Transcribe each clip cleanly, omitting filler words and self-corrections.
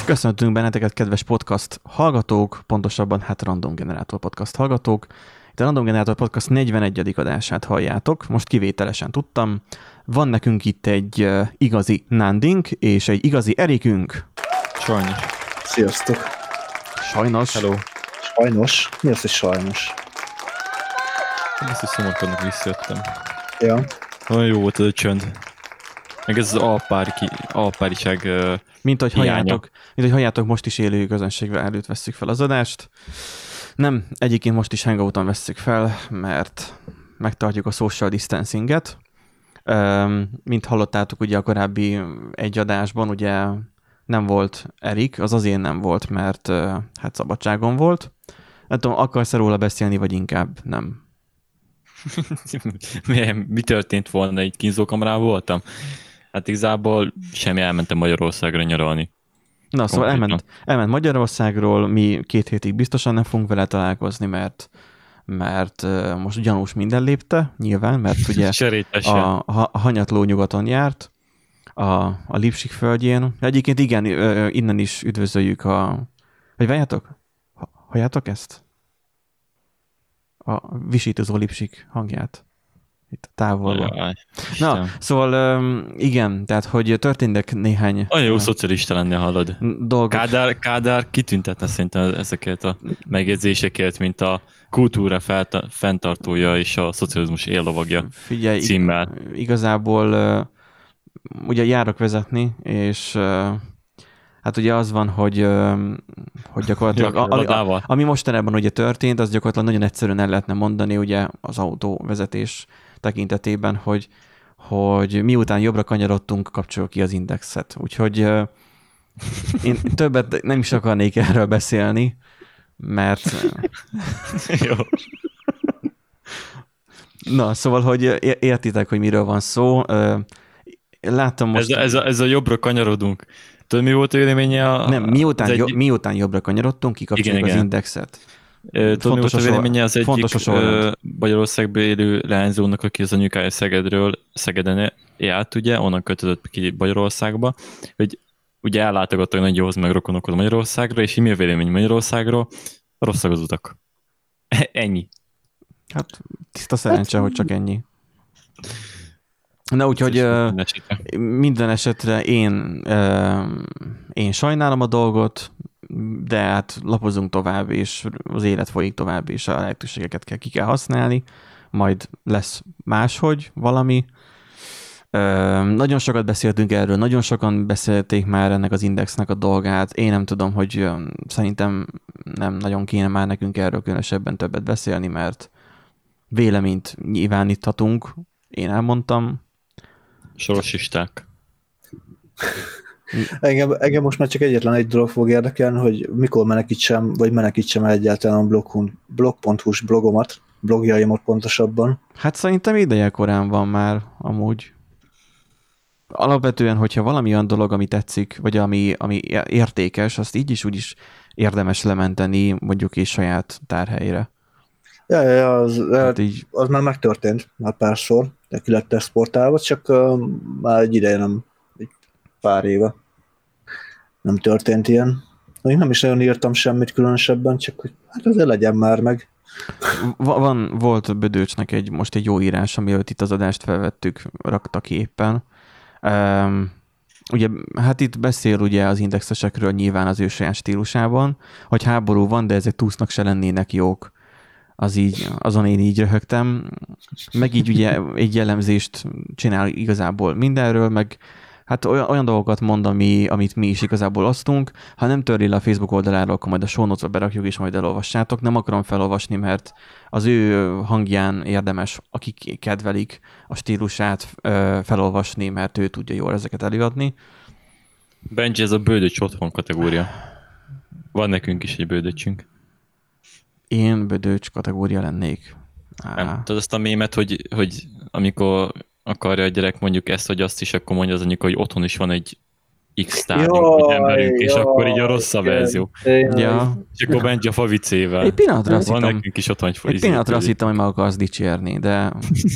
Köszöntünk benneteket, kedves podcast hallgatók, pontosabban Random Generator podcast hallgatók. Itt a Random Generator podcast 41. adását halljátok, most kivételesen tudtam. Van nekünk itt egy igazi Nandink és egy igazi Erikünk. Sajnos. Sziasztok. Sajnos. Hello. Sajnos? Mi az, hogy sajnos? Ezt is szomorkodnak visszajöttem. Ja. Olyan jó volt ez a csönd. Meg ez az alpáriság mint hogy halljátok, most is élő közönségvel előtt vesszük fel az adást. Nem, egyébként most is hangouton vesszük fel, mert megtartjuk a social distancinget. Mint hallottátok ugye a korábbi egy adásban, ugye nem volt Erik, az azért nem volt, mert hát szabadságon volt. Nem tudom, akarsz róla beszélni, vagy inkább nem? Mi történt volna, egy kínzókamerában voltam? Hát igazából semmi, elmentem Magyarországra nyaralni. Na, szóval elment Magyarországról, mi 2 hétig biztosan nem fogunk vele találkozni, mert most gyanús minden lépte, nyilván, mert ugye a hanyatló nyugaton járt, a Lipsik földjén. Egyébként igen, innen is üdvözöljük vagy várjátok? Halljátok ezt? A visítozó Lipsik hangját. Itt távolban. Na, szóval igen, tehát, hogy történtek néhány... Olyan jó szocialista lenne, hallod. Dolgok. Kádár kitüntetne szerintem ezeket a megjegyzéseket, mint a kultúra fenntartója és a szocializmus éllovagja címmel. Igazából ugye járok vezetni, és hát ugye az van, hogy gyakorlatilag, ami mostanában ugye történt, az gyakorlatilag nagyon egyszerűen el lehetne mondani ugye az autóvezetés tekintetében, hogy miután jobbra kanyarodtunk, kapcsoljuk ki az indexet. Úgyhogy én többet nem is akarnék erről beszélni, mert... Jó. Na, szóval, hogy értitek, hogy miről van szó. Láttam most... Ez a jobbra kanyarodunk. Tudod, mi volt a véleménye? Nem, miután jobbra kanyarodtunk, kikapcsoljuk az indexet. Tudod, mi volt a véleménye az egyik Magyarországban élő leányzónak, aki az anyukája Szegeden járt, ugye, onnan költözött ki Magyarországba, hogy ugye ellátogattak nagyjóhoz meg rokonokhoz Magyarországra, és mi a vélemény Magyarországról? Rosszak az utak. Ennyi. Hát tiszta szerencse, hogy csak ennyi. Na úgyhogy minden esetre én sajnálom a dolgot, de hát lapozunk tovább, és az élet folyik tovább, és a lehetőségeket ki kell használni, majd lesz máshogy valami. Nagyon sokat beszéltünk erről, nagyon sokan beszélték már ennek az indexnek a dolgát. Én nem tudom, hogy szerintem nem nagyon kéne már nekünk erről különösebben többet beszélni, mert véleményt nyilváníthatunk. Én elmondtam. Sorosisták. Engem most már csak egyetlen egy dolog fog érdekelni, hogy mikor menekítsem el egyáltalán a blog.hu-s blogjaimat pontosabban. Hát szerintem ideje korán van már amúgy. Alapvetően, hogyha valami olyan dolog, ami tetszik, vagy ami értékes, azt így is úgy is érdemes lementeni mondjuk is saját tárhelyre. Ja, az már megtörtént, már párszor, de ki lett exportálva, csak már egy ideje nem, egy pár éve nem történt ilyen. Még nem is nagyon írtam semmit különösebben, csak hogy hát azért legyen már meg. Volt Bödőcsnek most egy jó írás, amiről itt az adást felvettük, rakta ki éppen. Ugye, hát itt beszél ugye az indexesekről nyilván az ő saját stílusában, hogy háború van, de ezek túsznak se lennének jók. Azon én így röhögtem. Meg így ugye egy jellemzést csinál igazából mindenről, meg hát olyan dolgokat mond, amit mi is igazából osztunk. Ha nem törli le a Facebook oldaláról, akkor majd a show notes-ba berakjuk, és majd elolvassátok. Nem akarom felolvasni, mert az ő hangján érdemes, akik kedvelik a stílusát felolvasni, mert ő tudja jól ezeket előadni. Benji, ez a bődöcs otthon kategória. Van nekünk is egy bődöcsünk. Én Bödöcs kategória lennék. Nem, tudod azt a mémet, hogy amikor akarja a gyerek mondjuk ezt vagy azt is, akkor mondja az anyuka, hogy otthon is van egy X tárgyunk emberünk, és akkor így a rossz a verzió. Ja. És akkor Benji a favicével. Egy pillanatra azt van nekünk is otthon egy pillanatra azt hittem, hogy meg akarsz dicsérni, de...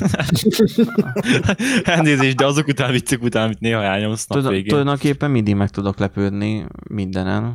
Elnézést, de azok után viccek után, amit néha elnyomsz nap végén. Tulajdonképpen mindig meg tudok lepődni mindenen.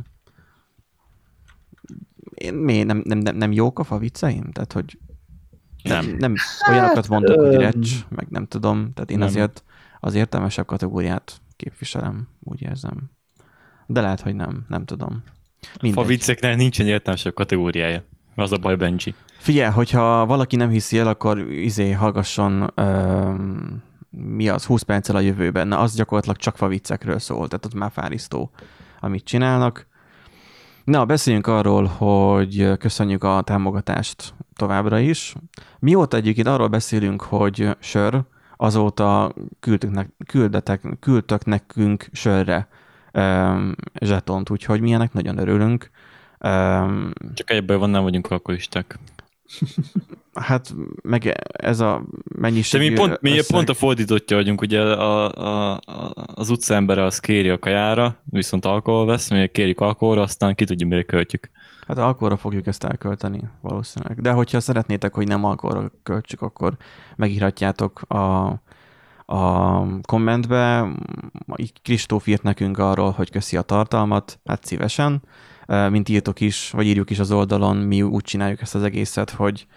Nem jók a favicceim? Tehát, hogy nem olyanokat mondok, hogy recs, meg nem tudom. Tehát én az értelmesebb kategóriát képviselem, úgy érzem. De lehet, hogy nem tudom. Mindegy. A vicceknél nincsen értelmesebb kategóriája. Az a baj, Benji. Figyelj, hogyha valaki nem hiszi el, akkor hallgasson mi az 20 perccel a jövőben. Na, az gyakorlatilag csak faviccekről szól, tehát ott már fárisztó, amit csinálnak. Na, beszéljünk arról, hogy köszönjük a támogatást továbbra is. Mióta egyébként arról beszélünk, hogy sör, azóta küldtök nekünk sörre zsetont, úgyhogy mi ennek nagyon örülünk. Csak ebből van, nem vagyunk alkoholisták. Hát meg ez a mennyiség... De mi pont a fordítottja vagyunk, ugye az utcaembere az kéri a kajára, viszont alkohol vesz, mi kérjük alkoholra, aztán ki tudja, mire költjük. Hát alkoholra fogjuk ezt elkölteni valószínűleg. De hogyha szeretnétek, hogy nem alkoholra költsük, akkor megírhatjátok a kommentbe. Kristóf írt nekünk arról, hogy köszi a tartalmat, hát szívesen. Mint írtok is, vagy írjuk is az oldalon, mi úgy csináljuk ezt az egészet,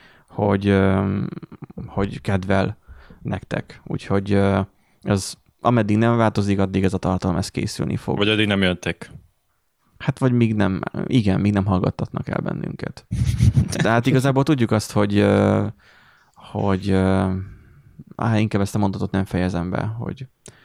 hogy kedvel nektek. Úgyhogy az ameddig nem változik, addig ez a tartalom ez készülni fog. Vagy addig nem jöttek. Hát vagy még nem hallgattatnak el bennünket. De hát igazából tudjuk azt, hogy inkább ezt a mondatot nem fejezem be, hogy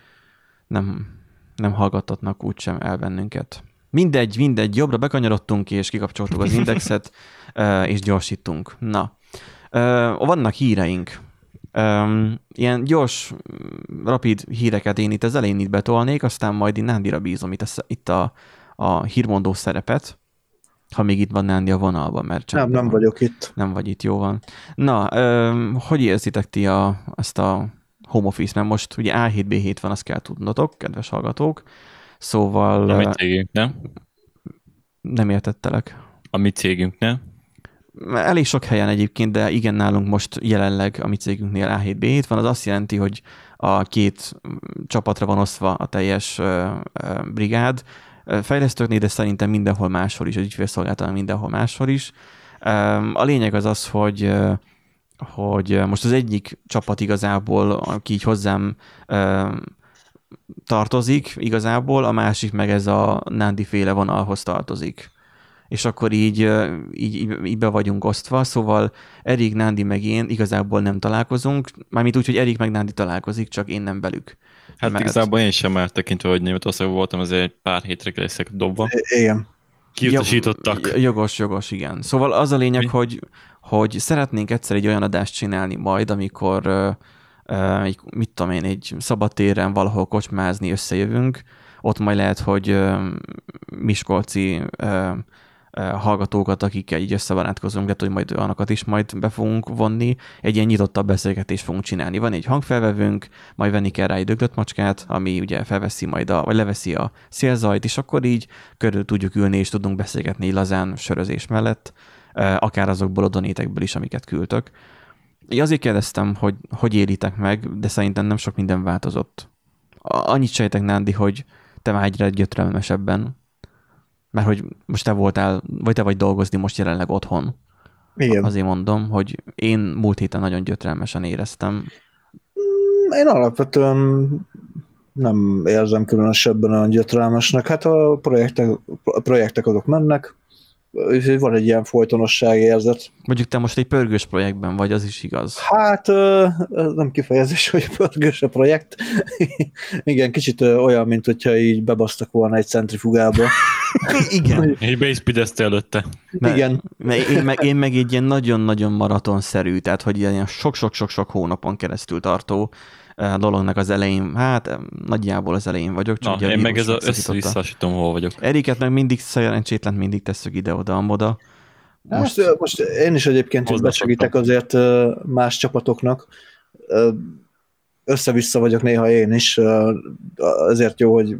nem hallgattatnak úgysem el bennünket. Mindegy, jobbra bekanyarodtunk, és kikapcsoltuk az indexet, és gyorsítunk. Na, vannak híreink. Ilyen gyors, rapid híreket én itt az elején itt betolnék, aztán majd én Nándira bízom itt a hírmondó szerepet, ha még itt van Nándi a vonalban, mert csak... Nem vagyok itt. Nem vagy itt, jó van. Na, hogy érzitek ti ezt a home office, mert most ugye A7B7 van, azt kell tudnotok, kedves hallgatók. Szóval... A mi cégünk, nem? Nem értettelek. A mi cégünk, nem? Elég sok helyen egyébként, de igen, nálunk most jelenleg a mi cégünknél A7B7 van, az azt jelenti, hogy a két csapatra van osztva a teljes brigád. Fejlesztőknél, de szerintem mindenhol máshol is, az ügyfélszolgáltatán mindenhol máshol is. A lényeg az, hogy most az egyik csapat igazából, aki így hozzám tartozik igazából, a másik meg ez a Nándi féle vonalhoz tartozik. És akkor így be vagyunk osztva, szóval Erik, Nándi meg én igazából nem találkozunk, mármint úgy, hogy Erik meg Nándi találkozik, csak én nem velük. Hát igazából én sem már tekintve, hogy Németországban voltam, azért egy pár hétre leszek dobva. Igen. Kiutasítottak. Jogos, igen. Szóval az a lényeg, hogy szeretnénk egyszer egy olyan adást csinálni majd, amikor egy szabadtéren valahol kocsmázni összejövünk, ott majd lehet, hogy miskolci hallgatókat, akikkel így összebarátkozunk, lehet, hogy majd olyanokat is majd be fogunk vonni, egy ilyen nyitottabb beszélgetést fogunk csinálni. Van egy hangfelvevőnk, majd venni kell rá egy döglött macskát, ami ugye felveszi majd vagy leveszi a szélzajt, és akkor így körül tudjuk ülni, és tudunk beszélgetni lazán sörözés mellett, akár azokból a donétekből is, amiket küldtök. Én azért kérdeztem, hogy élitek meg, de szerintem nem sok minden változott. Annyit sejtek, Nándi, hogy te már egyre gyötrelmesebben, mert hogy most te voltál, vagy te vagy dolgozni most jelenleg otthon. Igen. Azért mondom, hogy én múlt héten nagyon gyötrelmesen éreztem. Én alapvetően nem érzem különösebben olyan gyötrelmesnek. Hát a projektek azok mennek, van egy ilyen folytonosság érzet. Mondjuk te most egy pörgős projektben vagy, az is igaz. Hát nem kifejezés, hogy pörgős a projekt. Igen, kicsit olyan, mint hogyha így bebasztak volna egy centrifugába. Igen. Egy basepidezte előtte. Igen. Én meg egy ilyen nagyon-nagyon maratonszerű, tehát hogy ilyen sok-sok-sok hónapon keresztül tartó dolognak az elején, hát nagyjából az elején vagyok. Csak én meg ez össze-visszasítom, hol vagyok. Eriket meg mindig szerencsétlen mindig tesszük ide-oda-amoda. Most én is egyébként besegítek azért más csapatoknak. Össze-vissza vagyok néha én is. Ezért jó, hogy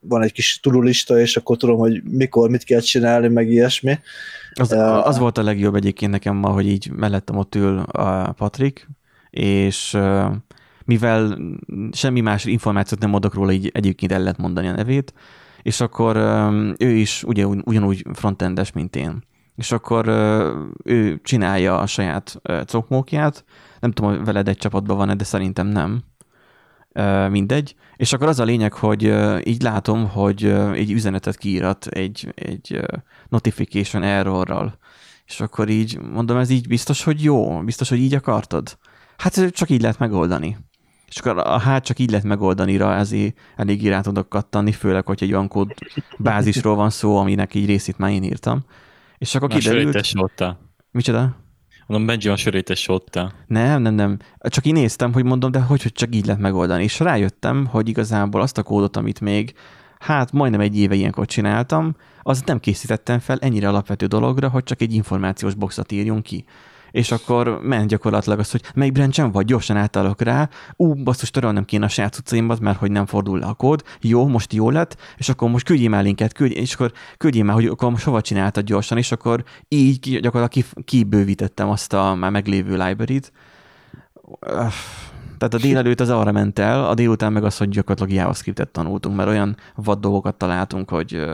van egy kis tudulista, és akkor tudom, hogy mikor, mit kell csinálni, meg ilyesmi. Az volt a legjobb egyébként nekem ma, hogy így mellettem ott ül a Patrik, és mivel semmi más információt nem adok róla, így egyébként el lehet mondani a nevét, és akkor ő is ugyanúgy frontendes, mint én. És akkor ő csinálja a saját cokmókját, nem tudom, hogy veled egy csapatban van-e, de szerintem nem. Mindegy. És akkor az a lényeg, hogy így látom, hogy egy üzenetet kiírat egy notification errorral. És akkor így mondom, ez így biztos, hogy jó? Biztos, hogy így akartad? Hát csak így lehet megoldani. És akkor csak így lehet megoldanira ezért elég rá tudok kattanni, főleg, hogy egy olyan kód bázisról van szó, aminek így részét már én írtam. És akkor kiderült... Micsoda? Mondom, Benji van sörétes sottál. Nem. Csak én néztem, hogy mondom, de hogy csak így lehet megoldani. És rájöttem, hogy igazából azt a kódot, amit még majdnem egy éve ilyenkor csináltam, azt nem készítettem fel ennyire alapvető dologra, hogy csak egy információs boxot írjunk ki. És akkor ment gyakorlatilag az, hogy melyik branchen vagy, gyorsan átállok rá, basszus, törölnem kéne a saját cuccaimat, mert hogy nem fordul le a kód, jó, most jó lett, és akkor most küldjél már linket, és akkor küldjél már, hogy akkor most hova csináltad gyorsan, és akkor így gyakorlatilag kibővítettem azt a már meglévő library-t. Tehát a délelőtt az arra ment el, a délután meg az, hogy gyakorlatilag JavaScript-et tanultunk, mert olyan vad dolgokat találtunk,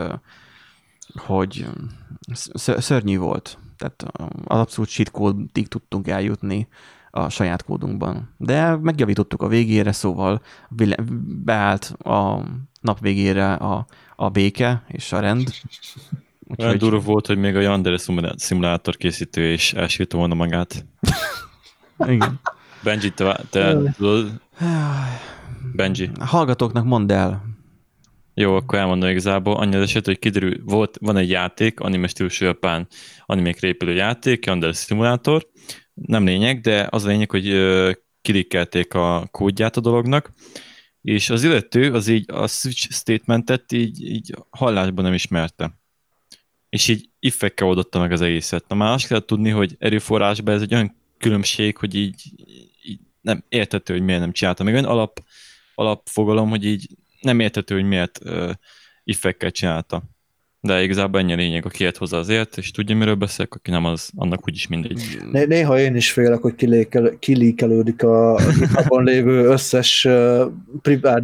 hogy szörnyű volt. Tehát az abszolút shitcode-ig tudtunk eljutni a saját kódunkban. De megjavítottuk a végére, szóval beállt a nap végére a béke és a rend. Olyan durva volt, hogy még a Yandere szimulátor készítő is elsírta volna magát. Igen. Benji, te tudod? Benji. Hallgatóknak mondd el. Jó, akkor elmondom igazából. Annyi az eset, hogy kiderül, van egy játék, anime stílusú japán animékre épülő játék, Yandere Simulator. Nem lényeg, de az a lényeg, hogy kilikkelték a kódját a dolognak, és az illető az így a switch statementet így hallásban nem ismerte. És így if-ekkel oldotta meg az egészet. Na már azt kell tudni, hogy erőforrásban ez egy olyan különbség, hogy így nem érthető, hogy miért nem csinálta. Még olyan alapfogalom, hogy így nem érthető, hogy miért if-ekkel csinálta. De igazából ennyi a lényeg, aki ért hozzá azért, és tudja, miről beszélek, aki nem, az annak úgyis mindegy. Néha én is félek, hogy kilíkelődik a abban lévő összes privát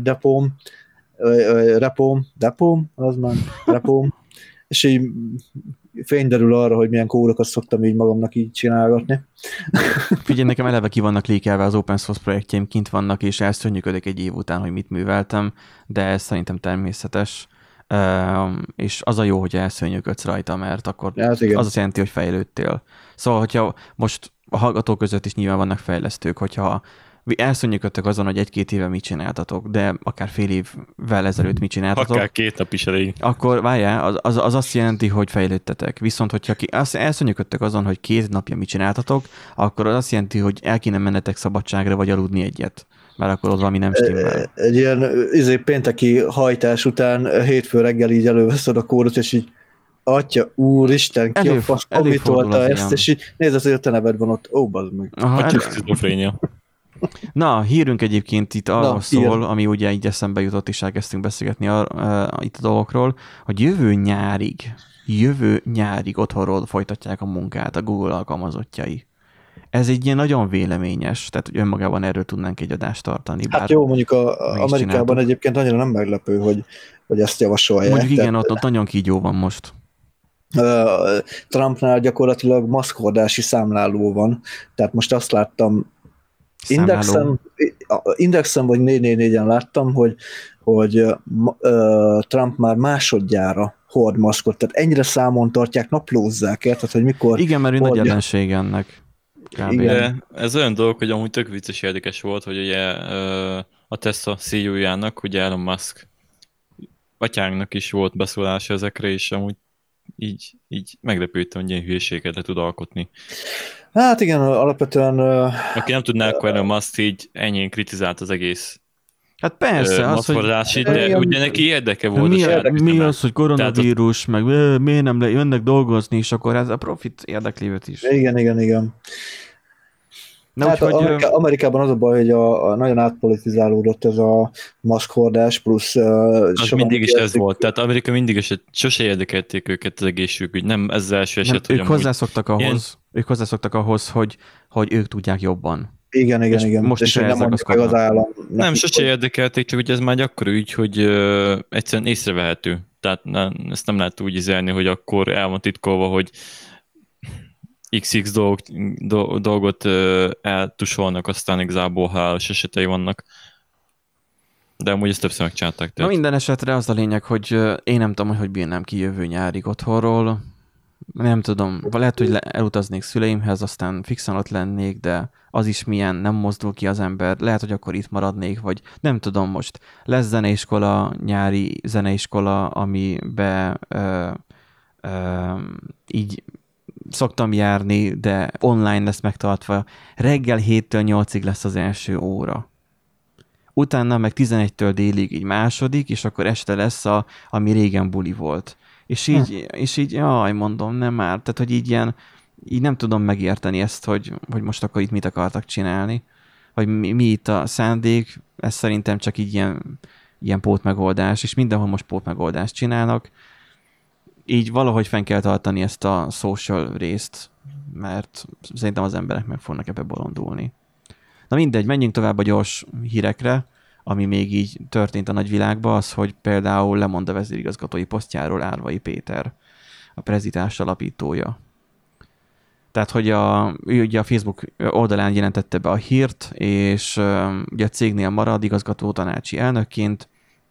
repóm, és így fényderül arra, hogy milyen kódokat szoktam így magamnak így csinálgatni. Figyelj, nekem eleve ki vannak lékelve az open source projektjeim, kint vannak, és elszörnyűködök egy év után, hogy mit műveltem, de ez szerintem természetes. És az a jó, hogy elszörnyűködsz rajta, mert akkor az azt jelenti, hogy fejlődtél. Szóval, hogyha most a hallgatók között is nyilván vannak fejlesztők, hogyha elszörnyűködtök azon, hogy egy-két éve mit csináltatok, de akár fél évvel ezelőtt mit csináltatok. Akár 2 nap is elég. Akkor várjál, az azt jelenti, hogy fejlődtetek. Viszont, hogyha elszörnyűködtök azon, hogy 2 napja mit csináltatok, akkor az azt jelenti, hogy el kéne mennetek szabadságra, vagy aludni egyet. Mert akkor ott valami nem stimmel. Egy ilyen pénteki hajtás után hétfő reggel így előveszed a kódot, és így atya, úristen, ki a fasz komitolta ezt, és így nézd, hogy a te neved van ott, bazd meg. Na, hírünk egyébként itt arról szól, ami ugye így eszembe jutott, és elkezdtünk beszélgetni itt a dolgokról, hogy jövő nyárig otthonról folytatják a munkát a Google alkalmazottjai. Ez egy ilyen nagyon véleményes, tehát hogy önmagában erről tudnánk egy adást tartani. Hát jó, mondjuk Amerikában egyébként annyira nem meglepő, hogy ezt javasolják. Mondjuk igen, ott nagyon kígyó van most. Trumpnál gyakorlatilag maszkhordási számláló van, tehát most azt láttam, Indexen vagy 444-en láttam, hogy Trump már másodjára hord maszkot, tehát ennyire számon tartják, naplózzák, tehát hogy mikor... Igen, mert ő nagy ellenség ennek. Igen. Ez olyan dolog, hogy amúgy tök vicces érdekes volt, hogy ugye a Tesla CEO-jának, ugye Elon Musk atyánknak is volt beszólása ezekre, és amúgy így meglepődtem, hogy ilyen hülyeséget le tud alkotni. Hát igen, alapvetően... Aki nem tudná, akkor Elon Musk így ennyien kritizált az egész hát persze, az, hogy... De ugye neki érdeke volt. Mi az, hogy koronavírus, meg miért nem jönnek dolgozni, és akkor ez a profit érdeklévőt is. Igen. Hát Amerikában az a baj, hogy nagyon átpolitizálódott ez a maszkhordás, plusz... Az mindig is ez volt, tehát Amerika mindig is, sose érdekelték őket az egészségügy, nem ez az első eset, hogy ők hozzászoktak ahhoz, hogy ők tudják jobban. Igen. Most is nem mondjuk meg az állam. Nem, sose érdekelték, csak hogy ez már gyakori ügy, hogy egyszerűen észrevehető. Tehát ezt nem lehet úgy izelni, hogy akkor el van titkolva, hogy XX dolgot eltusolnak, aztán igazából halálos esetei vannak. De amúgy ezt többször megcsinálták. Na minden esetre az a lényeg, hogy én nem tudom, hogy bírnám ki jövő nyárig otthonról. Nem tudom, lehet, hogy elutaznék szüleimhez, aztán fixen ott lennék, de az is milyen, nem mozdul ki az ember. Lehet, hogy akkor itt maradnék, vagy nem tudom most. Lesz zeneiskola, nyári zeneiskola, amibe így szoktam járni, de online lesz megtartva. Reggel 7-től 8-ig lesz az első óra. Utána meg 11-től délig így második, és akkor este lesz, ami régen buli volt. És így, jaj, mondom, nem már. Tehát, hogy így nem tudom megérteni ezt, hogy most akkor itt mit akartak csinálni. Vagy mi itt a szándék, ez szerintem csak így ilyen pótmegoldás, és mindenhol most pótmegoldást csinálnak. Így valahogy fenn kell tartani ezt a social részt, mert szerintem az emberek meg fognak ebbe bolondulni. Na mindegy, menjünk tovább a gyors hírekre, ami még így történt a nagyvilágban, az, hogy például lemond a vezérigazgatói posztjáról Árvai Péter, a Prezitárs alapítója. Tehát, hogy ő ugye a Facebook oldalán jelentette be a hírt, és ugye a cégnél marad igazgató tanácsi elnökként.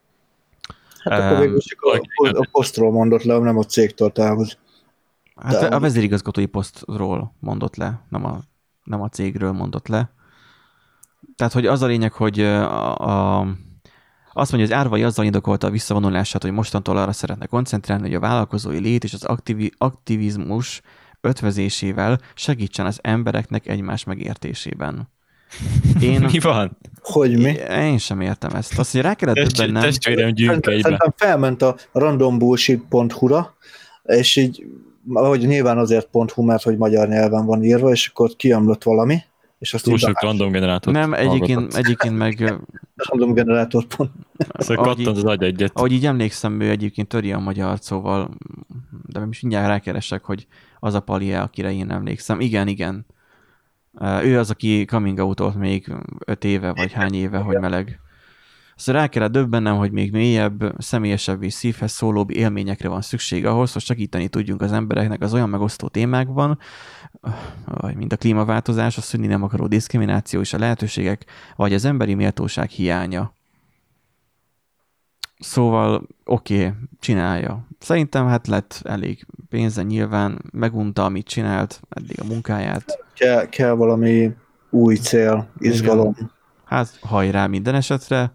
Hát akkor végül a posztról mondott le, nem a cégtől távol. Hát a vezérigazgatói posztról mondott le, nem a cégről mondott le. Tehát, hogy az a lényeg, hogy azt mondja, hogy az Árvai azzal indokolta a visszavonulását, hogy mostantól arra szeretne koncentrálni, hogy a vállalkozói lét és az aktivizmus ötvözésével segítsen az embereknek egymás megértésében. Mi van? Hogy mi? Én sem értem ezt. Azt, hogy rá kellett bennem... Testvérem gyűjünk egybe. Szerintem felment a randombullshit.hu-ra, és így, ahogy nyilván azért .hu, mert hogy magyar nyelven van írva, és akkor kiömlött valami, és azt túl sok random generátor. Nem, egyébként meg... Random generátor pont. Szóval kattant az agy egyet. Ahogy így emlékszem, ő egyébként töri a magyar, szóval, de most mindjárt rákeresek, hogy az a Pali, akire én emlékszem. Igen. Ő az, aki coming out-olt még 5 éve, vagy hány éve, hogy meleg. Szóval rá kellett döbbennem, hogy még mélyebb, személyesebb és szívhez szólóbb élményekre van szükség ahhoz, hogy segíteni tudjunk az embereknek az olyan megosztó témákban, mint a klímaváltozás, a szűnni nem akaró diszkrimináció és a lehetőségek, vagy az emberi méltóság hiánya. Szóval oké, csinálja. Szerintem hát lett elég pénze nyilván, megunta, amit csinált, eddig a munkáját. Kell valami új cél, izgalom. Igen. Hát hajrá minden esetre.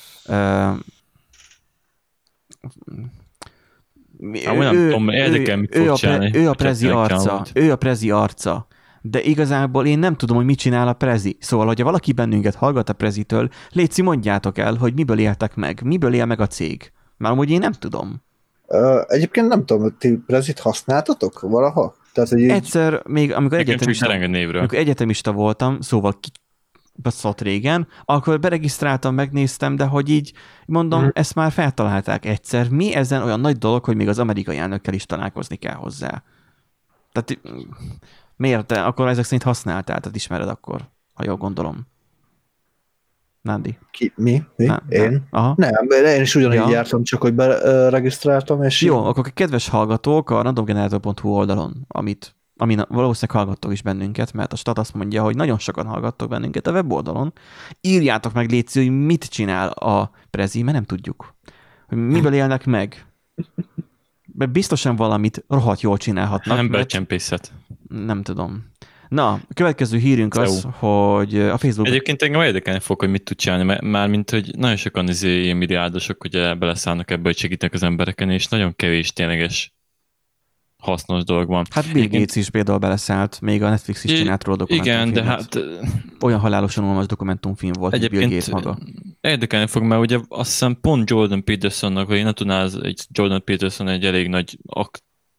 Ő a prezi arca, de igazából én nem tudom, hogy mit csinál a prezi. Szóval, hogyha valaki bennünket hallgat a prezitől, létszi, mondjátok el, hogy miből éltek meg, miből él meg a cég. Már amúgy én nem tudom. Egyébként nem tudom, ti prezit használtatok valaha? Tehát, hogy egyszer, még amikor egyetemista voltam, szóval baszott régen, akkor beregisztráltam, megnéztem, de hogy így mondom, ezt már feltalálták egyszer. Mi ezen olyan nagy dolog, hogy még az amerikai elnökkel is találkozni kell hozzá? Tehát miért? Te akkor ezek szerint használtál, tehát ismered akkor, ha jól gondolom. Nándi. Mi? Én? Aha. Nem, én is ugyanígy jártam, csak hogy beregisztráltam, és... Jó, akkor a kedves hallgatók a randomgenerator.hu oldalon, amin valószínűleg hallgattok is bennünket, mert a stat azt mondja, hogy nagyon sokan hallgattok bennünket a weboldalon. Írjátok meg, létszik, hogy mit csinál a prezi, mert nem tudjuk. Hogy miből élnek meg. Mert biztosan valamit rohadt jól csinálhatnak. Embercsempészet. Nem tudom. Na, a következő hírünk az, hogy a Facebook... Egyébként engem érdekelni fog, hogy mit tud csinálni, mármint, hogy nagyon sokan ilyen milliárdosok, hogy beleszállnak ebbe, hogy segítenek az embereken, és nagyon kevés tényleges hasznos dolog van. Hát Bill Gates is például beleszállt, még a Netflix is csinált róla dokumentumfilmet. Igen, de hát... Olyan halálosan unalmas dokumentumfilm volt, hogy Bill Gates maga. Érdekelni fog, mert ugye azt hiszem pont Jordan Petersonnak, hogy én nem tudná, Jordan Peterson egy elég nagy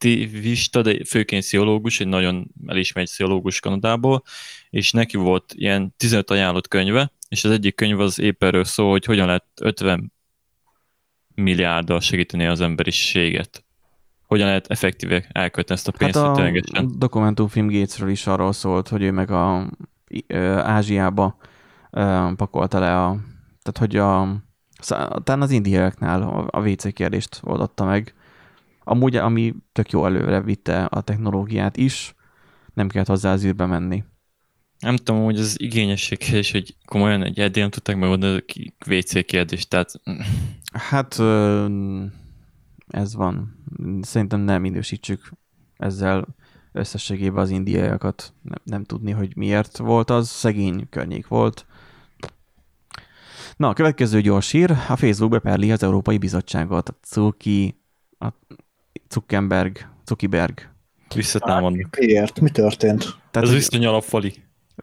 aktivista, de főként pszichológus, egy nagyon elismert pszichológus Kanadából, és neki volt ilyen 15 ajánlott könyve, és az egyik könyv az épp erről szól, hogy hogyan lehet 50 milliárddal segíteni az emberiséget. Hogyan lehet effektíve elkölteni ezt a pénzt, hát ténylegesen. A dokumentumfilm Gatesről is arról szólt, hogy ő meg Ázsiába pakolta le tehát hogy talán az indiaiaknál a WC kérdést oldotta meg. Amúgy, ami tök jó előre vitte a technológiát is, nem kellett hozzá az űrbe menni. Nem tudom, hogy az igényesség kérdés, hogy komolyan egyedül nem tudták megoldani a WC kérdést, tehát... Hát ez van. Szerintem nem minősítsük ezzel összességében az indiaiakat. Nem tudni, hogy miért volt az. Szegény környék volt. Na, a következő gyors hír. A Facebook beperli az Európai Bizottságot. A Zuckerberg. Visszatámadnak. Miért? Mi történt? Tehát, ez viszony alapfali.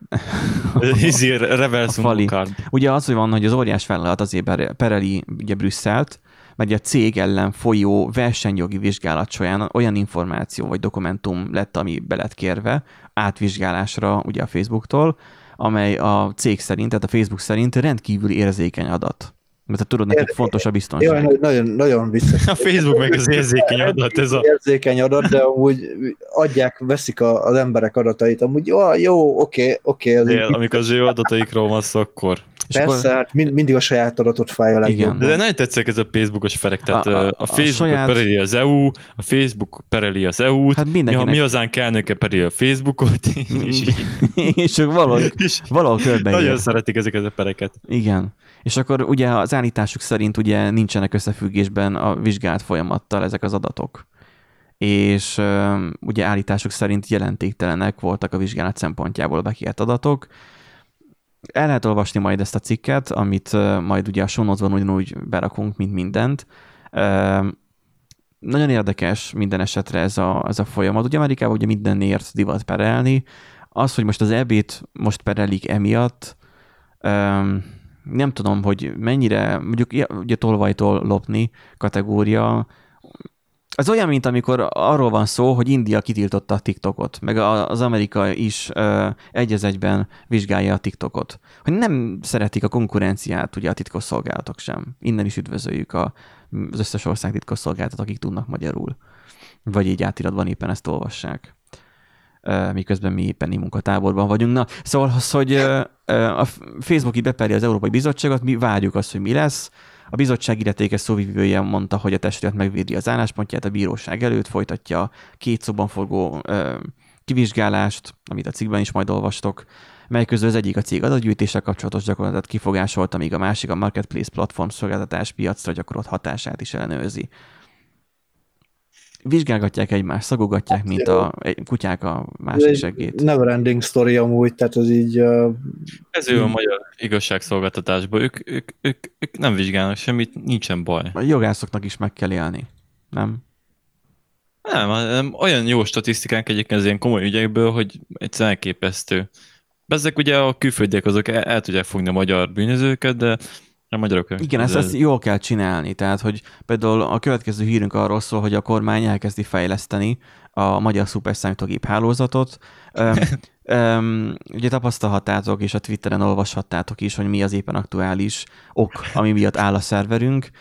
Reverse card. Ugye az, hogy van, hogy az óriás vállalat azért pereli ugye Brüsszelt, mert a cég ellen folyó versenyjogi vizsgálat során olyan információ vagy dokumentum lett, ami be lett kérve átvizsgálásra ugye a Facebooktól, amely a cég szerint, tehát a Facebook szerint rendkívül érzékeny adat. Mert tudod, nekik fontos a biztonság. Jaj, nagyon vicces. A Facebook meg az érzékeny adat. Ez a... érzékeny adat, de amúgy veszik az emberek adatait, amúgy jó, oké. Amikor az ő adataikról van szó, akkor... Persze, hát mindig a saját adatot fáj a legjobb. De nagyon tetszik ez a Facebookos ferek, tehát a Facebook pereli az EU, a Facebook pereli az EU-t, hát mi hazánk elnöke pereli a Facebookot, és ők valahol körbeír. Nagyon szeretik ezeket a pereket. Igen. És akkor ugye az állításuk szerint ugye nincsenek összefüggésben a vizsgált folyamattal ezek az adatok. És ugye állításuk szerint jelentéktelenek voltak a vizsgálat szempontjából a bekért adatok. El lehet olvasni majd ezt a cikket, amit majd ugye a show notes-ban ugyanúgy berakunk, mint mindent. Nagyon érdekes minden esetre ez a folyamat. Ugye Amerikában ugye mindenért divat perelni. Az, hogy most az EB-t most perelik emiatt, nem tudom, hogy mennyire, mondjuk ugye tolvajtól lopni kategória. Ez olyan, mint amikor arról van szó, hogy India kitiltotta a TikTokot, meg az Amerika is egy az egyben vizsgálja a TikTokot. Hogy nem szeretik a konkurenciát ugye a titkosszolgálatok sem. Innen is üdvözöljük az összes ország titkosszolgálatot, akik tudnak magyarul. Vagy így átiratban éppen ezt olvassák. Miközben mi éppen munkatáborban vagyunk. Na, szóval az, hogy a Facebook így beperli az Európai Bizottságot, mi várjuk azt, hogy mi lesz. A bizottság illetékes szóvivője mondta, hogy a testület megvédi az álláspontját a bíróság előtt, folytatja 2 szóban forgó kivizsgálást, amit a cikkben is majd olvastok, mely közül az egyik a cég adatgyűjtéssel kapcsolatos gyakorlatot kifogásolta, míg a másik a marketplace platform szolgáltatás piacra gyakorolt hatását is ellenőrzi. Vizsgálgatják egymást, szagogatják, mint a kutyák a másik seggét. Never ending story amúgy, tehát az így... Ez ő a magyar igazságszolgáltatásban. Ők nem vizsgálnak semmit, nincsen baj. A jogászoknak is meg kell élni, nem? Nem, olyan jó statisztikánk egyébként az ilyen komoly ügyekből, hogy egyszerűen elképesztő. Ezek ugye a külföldiek azok el tudják fogni a magyar bűnözőket, de a magyarok... Igen, ezt jól kell csinálni, tehát hogy például a következő hírünk arról szól, hogy a kormány elkezdi fejleszteni a magyar szuperszámítógép hálózatot. Ugye tapasztalhattátok, és a Twitteren olvashattátok is, hogy mi az éppen aktuális ok, ami miatt áll a szerverünk.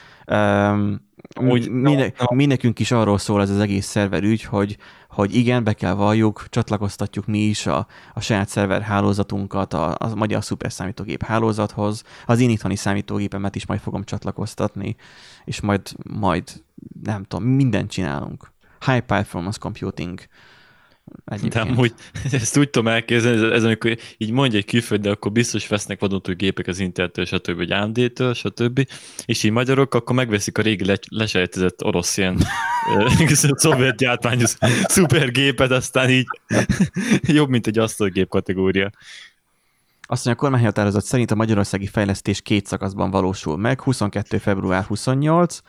Mi nekünk is arról szól ez az egész szerverügy, hogy igen, be kell valljuk, csatlakoztatjuk mi is a saját szerver hálózatunkat a magyar szuperszámítógép hálózathoz. Az én itthoni számítógépemet is majd fogom csatlakoztatni, és majd nem tudom, mindent csinálunk. High performance computing. Egyébként. De amúgy ezt úgy tudom elképzelni, ez amikor így mondja egy külföld, de akkor biztos vesznek vadonatúj gépek az Inteltől, stb. Vagy AMD-től, stb. És így magyarok, akkor megveszik a régi lesejtezett orosz ilyen szovjet gyártmányú szupergépet, aztán így jobb, mint egy asztalgép kategória. Azt mondja, a kormányhatározat szerint a magyarországi fejlesztés 2 szakaszban valósul meg, 22. február 28,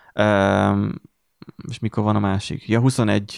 és mikor van a másik? Ja,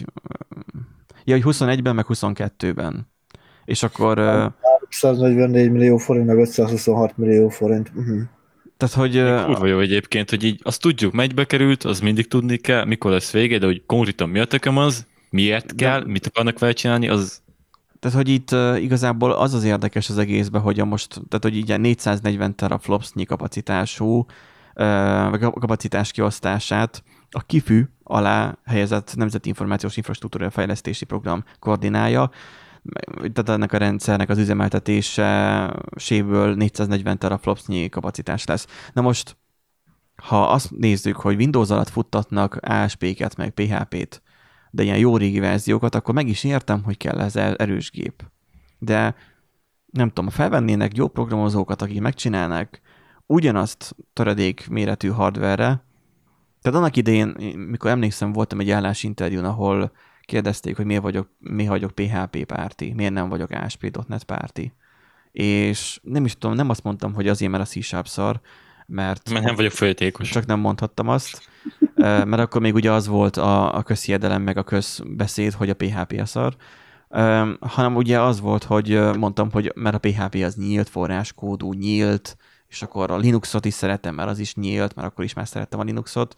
21-ben, meg 22-ben. És akkor... 144 millió forint, meg 526 millió forint. Tehát, hogy... Kurva jó egyébként, hogy így azt tudjuk, megybe került, az mindig tudni kell, mikor lesz vége, de hogy konkrétan mi a tököm az, miért kell, mit akarnak vele csinálni, az... Tehát, hogy itt igazából az érdekes az egészben, hogy tehát, hogy így 440 teraflopsnyi kapacitású kapacitás kiosztását a KIFÜ alá helyezett Nemzeti Információs Infrastruktúra Fejlesztési Program koordinálja, tehát ennek a rendszernek az üzemeltetéséből 440 teraflopsnyi kapacitás lesz. Na most, ha azt nézzük, hogy Windows alatt futtatnak ASP-ket, meg PHP-t, de ilyen jó régi verziókat, akkor meg is értem, hogy kell ez erős gép. De nem tudom, ha felvennének jó programozókat, akik megcsinálnak ugyanazt töredék méretű hardware-re, tehát annak idején, mikor emlékszem, voltam egy állásinterjún, ahol kérdezték, hogy miért vagyok PHP párti, miért nem vagyok ASP.NET párti. És nem is tudom, nem azt mondtam, hogy azért, mert a C# szar, mert nem vagyok folytékos. Csak nem mondhattam azt, mert akkor még ugye az volt a közhiedelem, meg a közbeszéd, hogy a PHP a szar, hanem ugye az volt, hogy mondtam, hogy mert a PHP az nyílt, forráskódú, nyílt, és akkor a Linuxot is szeretem, mert az is nyílt, mert akkor is már szerettem a Linuxot.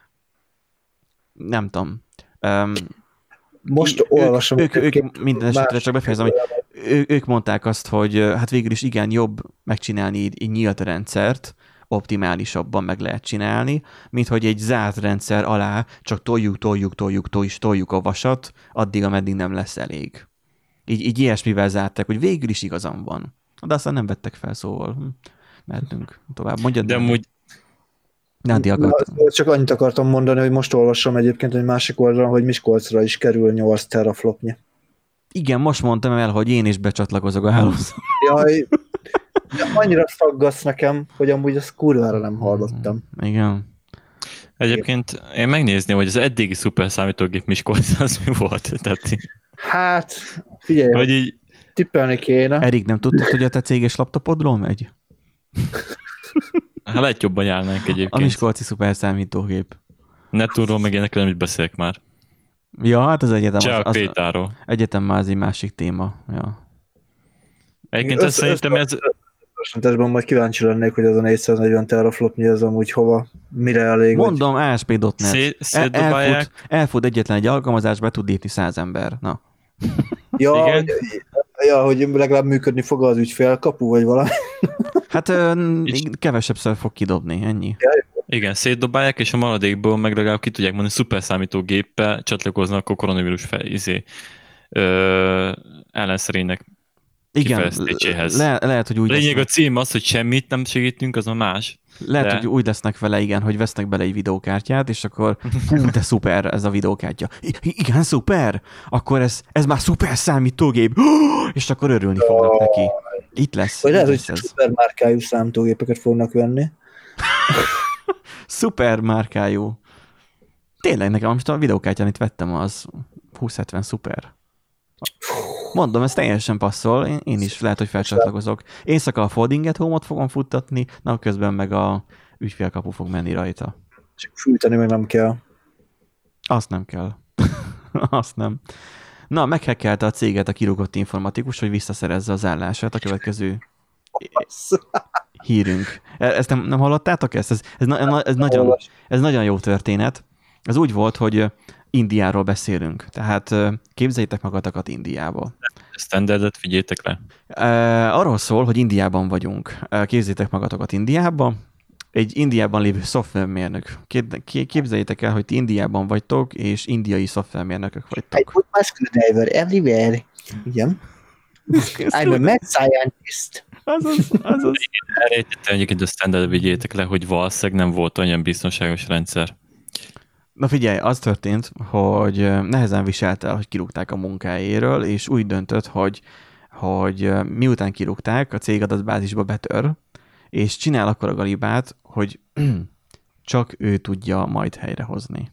Nem tudom. Most olvasom. Ők minden esetre csak befejezem, hogy ők mondták azt, hogy hát végül is igen, jobb megcsinálni így nyílt rendszert, optimálisabban meg lehet csinálni, mint hogy egy zárt rendszer alá csak toljuk a vasat, addig, ameddig nem lesz elég. Így ilyesmivel zárták, hogy végül is igazam van. De aztán nem vettek fel, szóval mehetünk tovább. Mondjad. De amúgy... Csak annyit akartam mondani, hogy most olvasom egyébként egy másik oldalon, hogy Miskolcra is kerül 8 teraflopnyi. Igen, most mondtam el, hogy én is becsatlakozok a hálózatra. Jaj, de annyira szaggatsz nekem, hogy amúgy ezt kurvára nem hallottam. Igen. Egyébként én megnézném, hogy az eddigi szuper számítógép Miskolc az mi volt. Tehát... Hát, figyelj, hogy így... tippelni kéne. Erik, nem tudtad, hogy a te céges laptopodról megy? Hát lehet jobban járnánk egyébként. A miskolci szuper számítógép. Netúról meg énekel, nem is beszélek már. Ja, hát az egyetem. Csak a Pétáról. Egyetem már az egy másik téma. Ja. Egyébként szerintem ez... Összesítésben majd kíváncsi lennék, hogy ez a 440 teraflopnyi ez amúgy hova, mire elég. Mondom, ASP.NET. Elfut egyetlen egy alkalmazás, be tud lépni 100 ember. Na. Ja, hogy legalább működni fog az ügyfélkapu, vagy valami. Hát kevesebbszer fog kidobni, ennyi. Igen, szétdobálják, és a maradékból meg legalább ki tudják mondani, szuper számítógéppel csatlakoznak a koronavírus ellenszerének kifejeztéséhez. Lehet, hogy úgy lényeg a cím az, hogy semmit nem segítünk, az a más. Lehet, hogy úgy lesznek vele, igen, hogy vesznek bele egy videókártyát, és akkor de szuper ez a videókártya. Igen, szuper! Akkor ez már szuper számítógép! És akkor örülni fognak neki. Itt lesz. Vagy lehet, hogy szuper márkájú számítógépeket fognak venni. Szuper márkájú. Tényleg nekem most a videókártyán itt vettem az 2070 szuper. Mondom, ez teljesen passzol, én is lehet, hogy felcsatlakozok. Éjszaka a Folding at Home-ot fogom futtatni, napközben meg a ügyfélkapu fog menni rajta. Csak fűteni meg nem kell. Azt nem kell. Azt nem. Na, meghekkelte a céget a kirúgott informatikus, hogy visszaszerezze az állását a következő hírünk. Ezt nem hallottátok ezt? Ez nagyon jó történet. Ez úgy volt, hogy Indiáról beszélünk. Tehát képzeljétek magatokat Indiába. Standardet vigyétek le. Arról szól, hogy Indiában vagyunk. Képzeljétek magatokat Indiába. Egy Indiában lévő szoftvermérnök. Képzeljétek el, hogy ti Indiában vagytok, és indiai szoftvermérnökök vagytok. I put my screwdriver everywhere. Igen. I'm a mad scientist. Azaz. Egyébként a standardet vigyétek le, hogy valószínűleg nem volt olyan biztonságos rendszer. Na figyelj, az történt, hogy nehezen viselte, hogy kirúgták a munkájáról, és úgy döntött, hogy miután kirúgták, a cég adatbázisba betör, és csinál akkor a galibát, hogy csak ő tudja majd helyrehozni.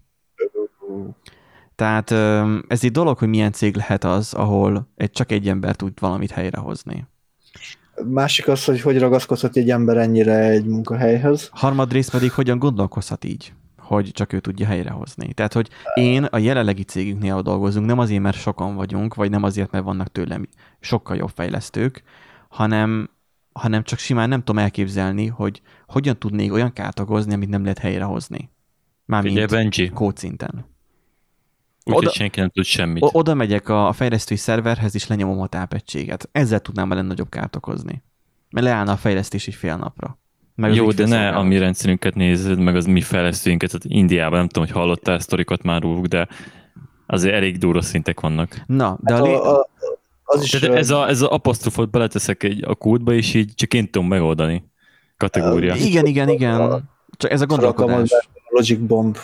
Tehát ez egy dolog, hogy milyen cég lehet az, ahol csak egy ember tud valamit helyrehozni. Másik az, hogy ragaszkodhat egy ember ennyire egy munkahelyhez. Harmadrészt pedig hogyan gondolkozhat így, hogy csak ő tudja helyrehozni. Tehát, hogy én a jelenlegi cégünknél dolgozunk, nem azért, mert sokan vagyunk, vagy nem azért, mert vannak tőlem sokkal jobb fejlesztők, hanem hanem csak simán nem tudom elképzelni, hogy hogyan tudnék olyan kárt okozni, amit nem lehet helyrehozni. Mármint kódszinten. Úgyhogy senki nem tud semmit. Oda megyek a fejlesztői szerverhez, és lenyomom a tápegységet. Ezzel tudnám a legnagyobb kárt okozni. Mert leállna a fejlesztés egy fél napra. Jó, de ne a mi rendszerünket nézed, meg az mi fejlesztőinket. Tehát Indiában nem tudom, hogy hallottál sztorikat már róluk, de azért elég durva szintek vannak. Na, de az is ez az apostrofot beleteszek a kódba, és így csak én tudom megoldani kategória. Igen. Csak ez a gondolkodás. Logic Bomb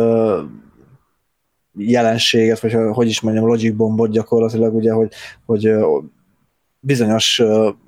jelenséget, vagy hogy is mondjam, Logic Bombot gyakorlatilag, ugye, hogy bizonyos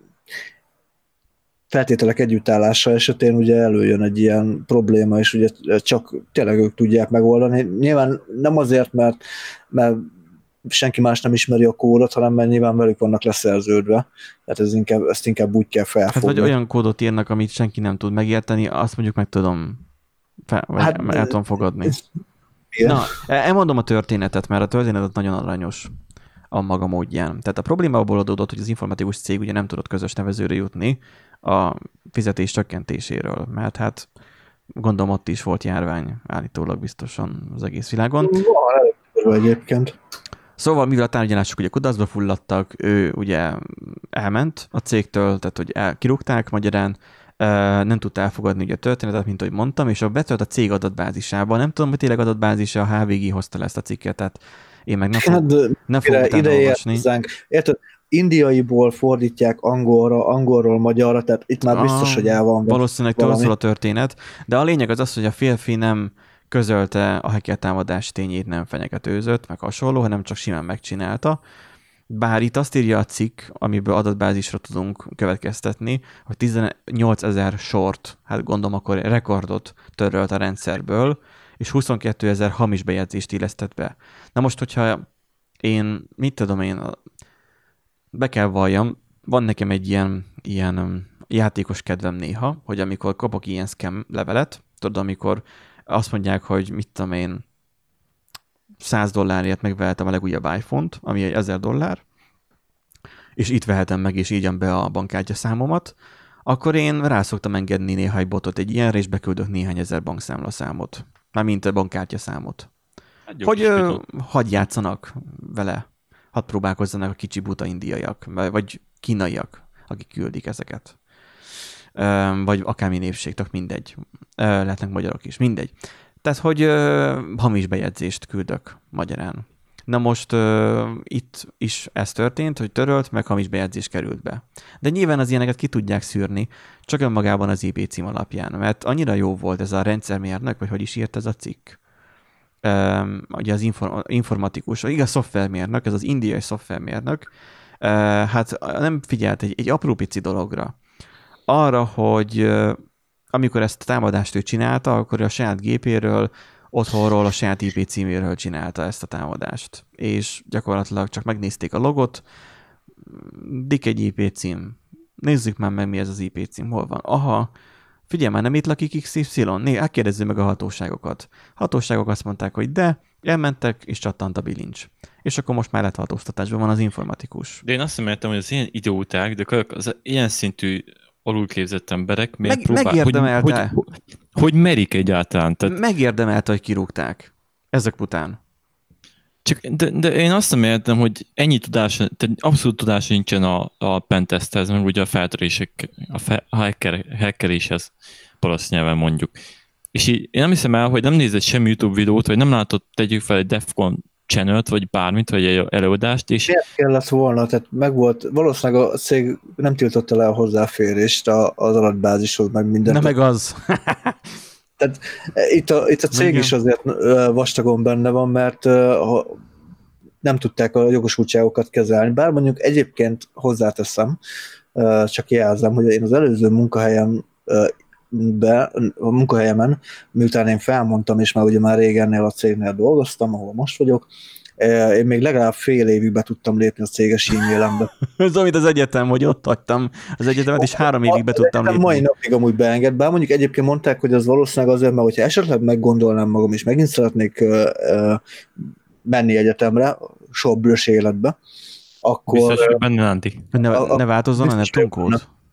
feltételek együttállása esetén ugye előjön egy ilyen probléma, és ugye csak tényleg ők tudják megoldani. Nyilván nem azért, mert senki más nem ismeri a kódot, hanem mert nyilván velük vannak leszerződve. Tehát ezt inkább úgy kell felfogni. Hát vagy olyan kódot írnak, amit senki nem tud megérteni, azt mondjuk meg tudom, el tudom fogadni. Igen. Na, elmondom a történetet, mert a történetet nagyon aranyos a maga módján. Tehát a probléma abból adódott, hogy az informatikus cég ugye nem tudott közös nevezőre jutni a fizetés csökkentéséről, mert hát gondolom ott is volt járvány állítólag biztosan az egész világon. Egyébként. Szóval mivel a tárgyalások ugye kudarcba fulladtak, ő ugye elment a cégtől, tehát hogy kirúgták magyarán, nem tudta elfogadni ugye a történetet, mint ahogy mondtam, és betölt a cég adatbázisába. Nem tudom, hogy tényleg adatbázisa, a HVG hozta le ezt a cikket, tehát én meg nem fogom utána olvasni. Érted? Indiaiból fordítják angolról magyarra, tehát itt már biztos, hogy el van. Valószínűleg szól a történet, de a lényeg az, hogy a férfi nem közölte a hacker támadás tényét, nem fenyegetőzött, meg hasonló, hanem csak simán megcsinálta. Bár itt azt írja a cikk, amiből adatbázisra tudunk következtetni, hogy 18 000 sort, hát gondolom akkor rekordot törölt a rendszerből, és 22 000 hamis bejegyzést illesztett be. Na most, hogyha én be kell valljam, van nekem egy ilyen játékos kedvem néha, hogy amikor kapok ilyen scam levelet, tudod, amikor azt mondják, hogy mit tudom én, $100 megvehetem a legújabb iPhone-t, ami egy $1000, és itt vehetem meg, és ígyam be a bankkártya számomat, akkor én rá szoktam engedni néha egy botot egy ilyenre, és beküldök néhány ezer bankszámlaszámot. Mármint a bankkártya számot. Hát hogy hadd játszanak vele, hadd próbálkozzanak a kicsi buta indiaiak, vagy kínaiak, akik küldik ezeket. Vagy akármi népség, tök mindegy. Lehetnek magyarok is, mindegy. Tehát, hogy hamis bejegyzést küldök magyarán. Na most itt is ez történt, hogy törölt, meg hamis bejegyzés került be. De nyilván az ilyeneket ki tudják szűrni, csak önmagában az IP cím alapján, mert annyira jó volt ez a rendszermérnök, vagy hogy is írt ez a cikk. Ugye az informatikus, igaz, szoftvermérnök, ez az indiai szoftvermérnök, hát nem figyelt egy apró pici dologra. Arra, hogy amikor ezt a támadást ő csinálta, akkor a saját gépéről, otthonról, a saját IP címéről csinálta ezt a támadást. És gyakorlatilag csak megnézték a logot, dik egy IP cím. Nézzük már meg, mi ez az IP cím, hol van. Aha, figyelj már, nem itt lakik XY? Kérdezzük meg a hatóságokat. Hatóságok azt mondták, hogy de, elmentek, és csattant a bilincs. És akkor most már lettartóztatásban van az informatikus. De én azt nem értem, hogy az ilyen idióták, de az ilyen szintű alulképzett emberek miért próbál, hogy merik egyáltalán. Tehát... Megérdemelte, hogy kirúgták. Ezek után. Csak, de én azt nem értem, hogy ennyi tudás, tehát abszolút tudás nincsen a pentesthez, meg ugye a feltörések, a hackeréshez, palasz nyelven mondjuk. És így, én nem hiszem el, hogy nem nézett semmi YouTube videót, vagy nem látott, tegyük fel egy Defcon channelt, vagy bármit, vagy egy előadást, és... Miért kellett volna? Tehát megvolt, valószínűleg a cég nem tiltotta le a hozzáférést az adatbázishoz, meg mindent. Na meg az. Tehát itt a cég is azért vastagon benne van, mert nem tudták a jogosultságokat kezelni. Bár mondjuk egyébként hozzáteszem, csak jelzem, hogy én az előző munkahelyemen, miután én felmondtam, és már ugye már régennél a cégnél dolgoztam, ahol most vagyok, én még legalább fél évig be tudtam lépni a céges e-mailembe. Ez amit az egyetem, hogy ott hagytam az egyetemet, és 3 évig be tudtam lépni. Mai napig amúgy beenged, bár mondjuk egyébként mondták, hogy az valószínűleg azért, mert hogyha esetleg meggondolnám magam, és megint szeretnék menni egyetemre, soha bős életbe, akkor... Biztos, hogy benne Nandi. Ne változzon a Neptun kód?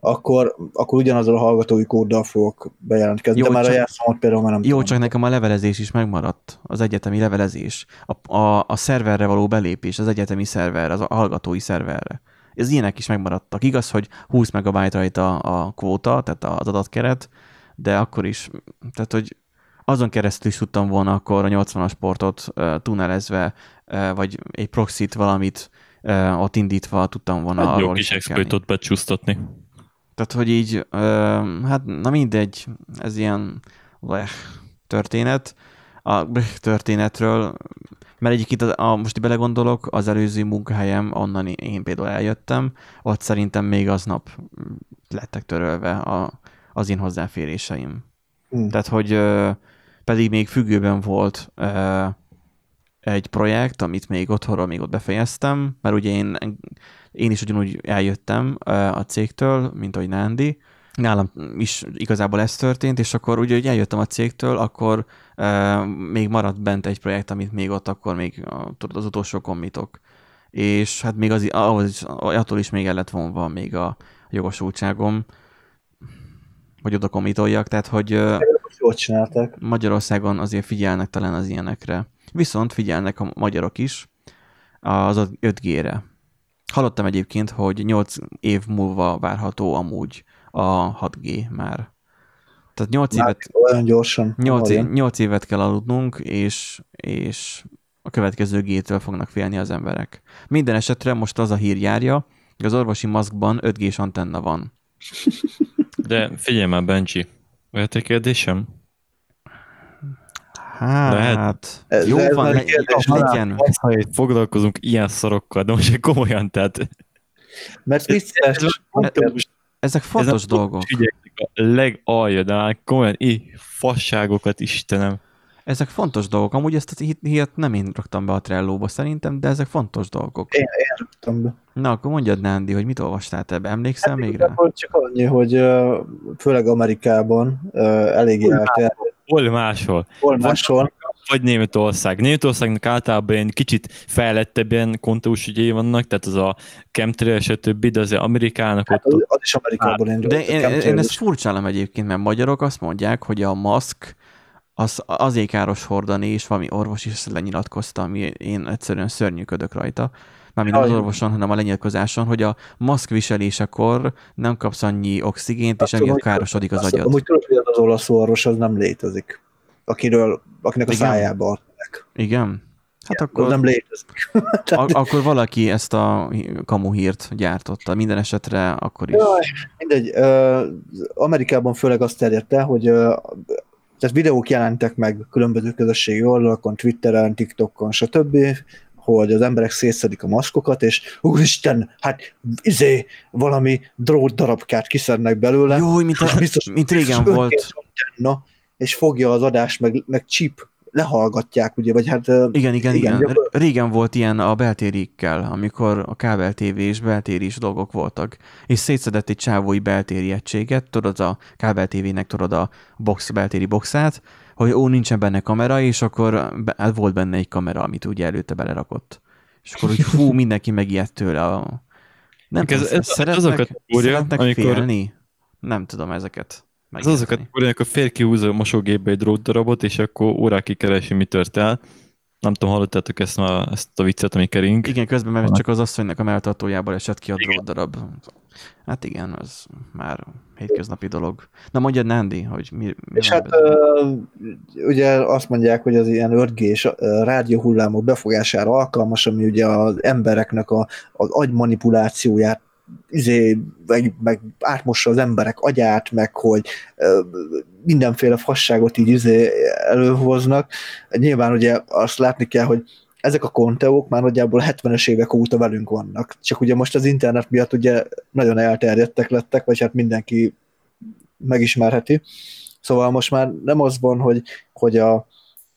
akkor ugyanazzal a hallgatói kóddal fogok bejelentkezni, de már a jelszómat például már nem tudom. Jó, csak nekem a levelezés is megmaradt, az egyetemi levelezés. A szerverre való belépés, az egyetemi szerverre, az a hallgatói szerverre. Ez ilyenek is megmaradtak. Igaz, hogy 20 MB rajta a kvóta, tehát az adatkeret, de akkor is, tehát hogy azon keresztül is tudtam volna akkor a 80-as portot tunnelezve, vagy egy proxit valamit ott indítva tudtam volna arról jó kis exploitot becsúsztatni. Tehát, hogy így, hát na mindegy, ez ilyen történet. A történetről, mert egyébként most belegondolok, az előző munkahelyem, onnan én például eljöttem, ott szerintem még aznap lettek törölve az én hozzáféréseim. Tehát, hogy pedig még függőben volt egy projekt, amit még otthonról még ott befejeztem, mert ugye én is ugyanúgy eljöttem a cégtől, mint ahogy Nándi. Nálam is igazából ez történt, és akkor ugye, hogy eljöttem a cégtől, akkor még maradt bent egy projekt, amit még ott akkor még tudod, az utolsó commitok. És hát még attól is még el lett vonva még a jogosultságom, hogy oda commitoljak, tehát hogy jól csinálták. Magyarországon azért figyelnek talán az ilyenekre. Viszont figyelnek a magyarok is az 5G-re. Hallottam egyébként, hogy 8 év múlva várható amúgy a 6G már. Tehát 8 évet kell aludnunk, és a következő G-től fognak félni az emberek. Minden esetre most az a hír járja, hogy az orvosi maszkban 5G-s antenna van. De figyelj már, Benji, lehet egy kérdésem? Hát, jó van, legyen. Ha foglalkozunk ilyen szarokkal, de most komolyan, tehát... Mert vicces. Ezek fontos dolgok. A legalja, de már komolyan, fasságokat, Istenem. Ezek fontos dolgok. Amúgy ezt a hírt nem én raktam be a Trello-ba szerintem, de ezek fontos dolgok. Én raktam be. Na, akkor mondjad, Nándi, hogy mit olvastál te be? Emlékszel még rá? Csak annyi, hogy főleg Amerikában eléggé elterjedt. Hol máshol? Vagy Németország. Németországnak általában ilyen kicsit fejlettebb ilyen konteús ügyei vannak, tehát az a chemtrail, stb., de azért Amerikának hát ott... Az is Amerikában indult. De én ezt furcsálom egyébként, mert magyarok azt mondják, hogy a maszk az azért káros hordani, és valami orvos is ezt lenyilatkozta, ami én egyszerűen szörnyűködök rajta. Mármint az orvoson, hanem a lenyilatkozáson, hogy a maszk viselésekor nem kapsz annyi oxigént, és emiatt károsodik az agyad. Amúgy tudod, hogy az olasz orvos az nem létezik. Akinek a szájába adták. Igen? Hát akkor nem létezik. Akkor valaki ezt a kamu hírt gyártotta. Minden esetre akkor is. Jaj, mindegy. Amerikában főleg azt terjedt el, hogy tehát videók jelentek meg különböző közösségi oldalakon, Twitteren, TikTokon, stb., hogy az emberek szétszedik a maszkokat, és úristen, hát valami drótdarabkát kiszednek belőle. Jó, mint régen volt. És fogja az adást, meg chip, lehallgatják, ugye, vagy hát... Igen. Régen volt ilyen a beltérikkel, amikor a kábel-TV és beltéris dolgok voltak, és szétszedett egy csávói beltéri egységet, tudod, a kábel-TV-nek tudod a beltéri boxát, hogy nincsen benne kamera, és akkor volt benne egy kamera, amit ugye előtte belerakott. És akkor úgy mindenki megijedt tőle. Nem tudom, szeretnek félni? Nem tudom ezeket. Ez azokat, amikor fél kihúzza a mosógépbe egy drótdarabot, és akkor órákig keresi, mi tört el. Nem tudom, hallottátok ezt a viccet, ami kering? Igen, közben mert csak az asszonynak a melltartójából esett ki a drótdarab. Hát igen, az már hétköznapi dolog. Na mondjad, Nándi, hogy mi és hát ugye azt mondják, hogy az ilyen 5G-s rádióhullámok befogására alkalmas, ami ugye az embereknek az agymanipulációját meg átmossa az emberek agyát, meg hogy mindenféle fasságot így előhoznak. Nyilván ugye azt látni kell, hogy ezek a konteók már nagyjából 70-es évek óta velünk vannak. Csak ugye most az internet miatt ugye nagyon elterjedtek lettek, vagy hát mindenki megismerheti. Szóval most már nem az van, hogy a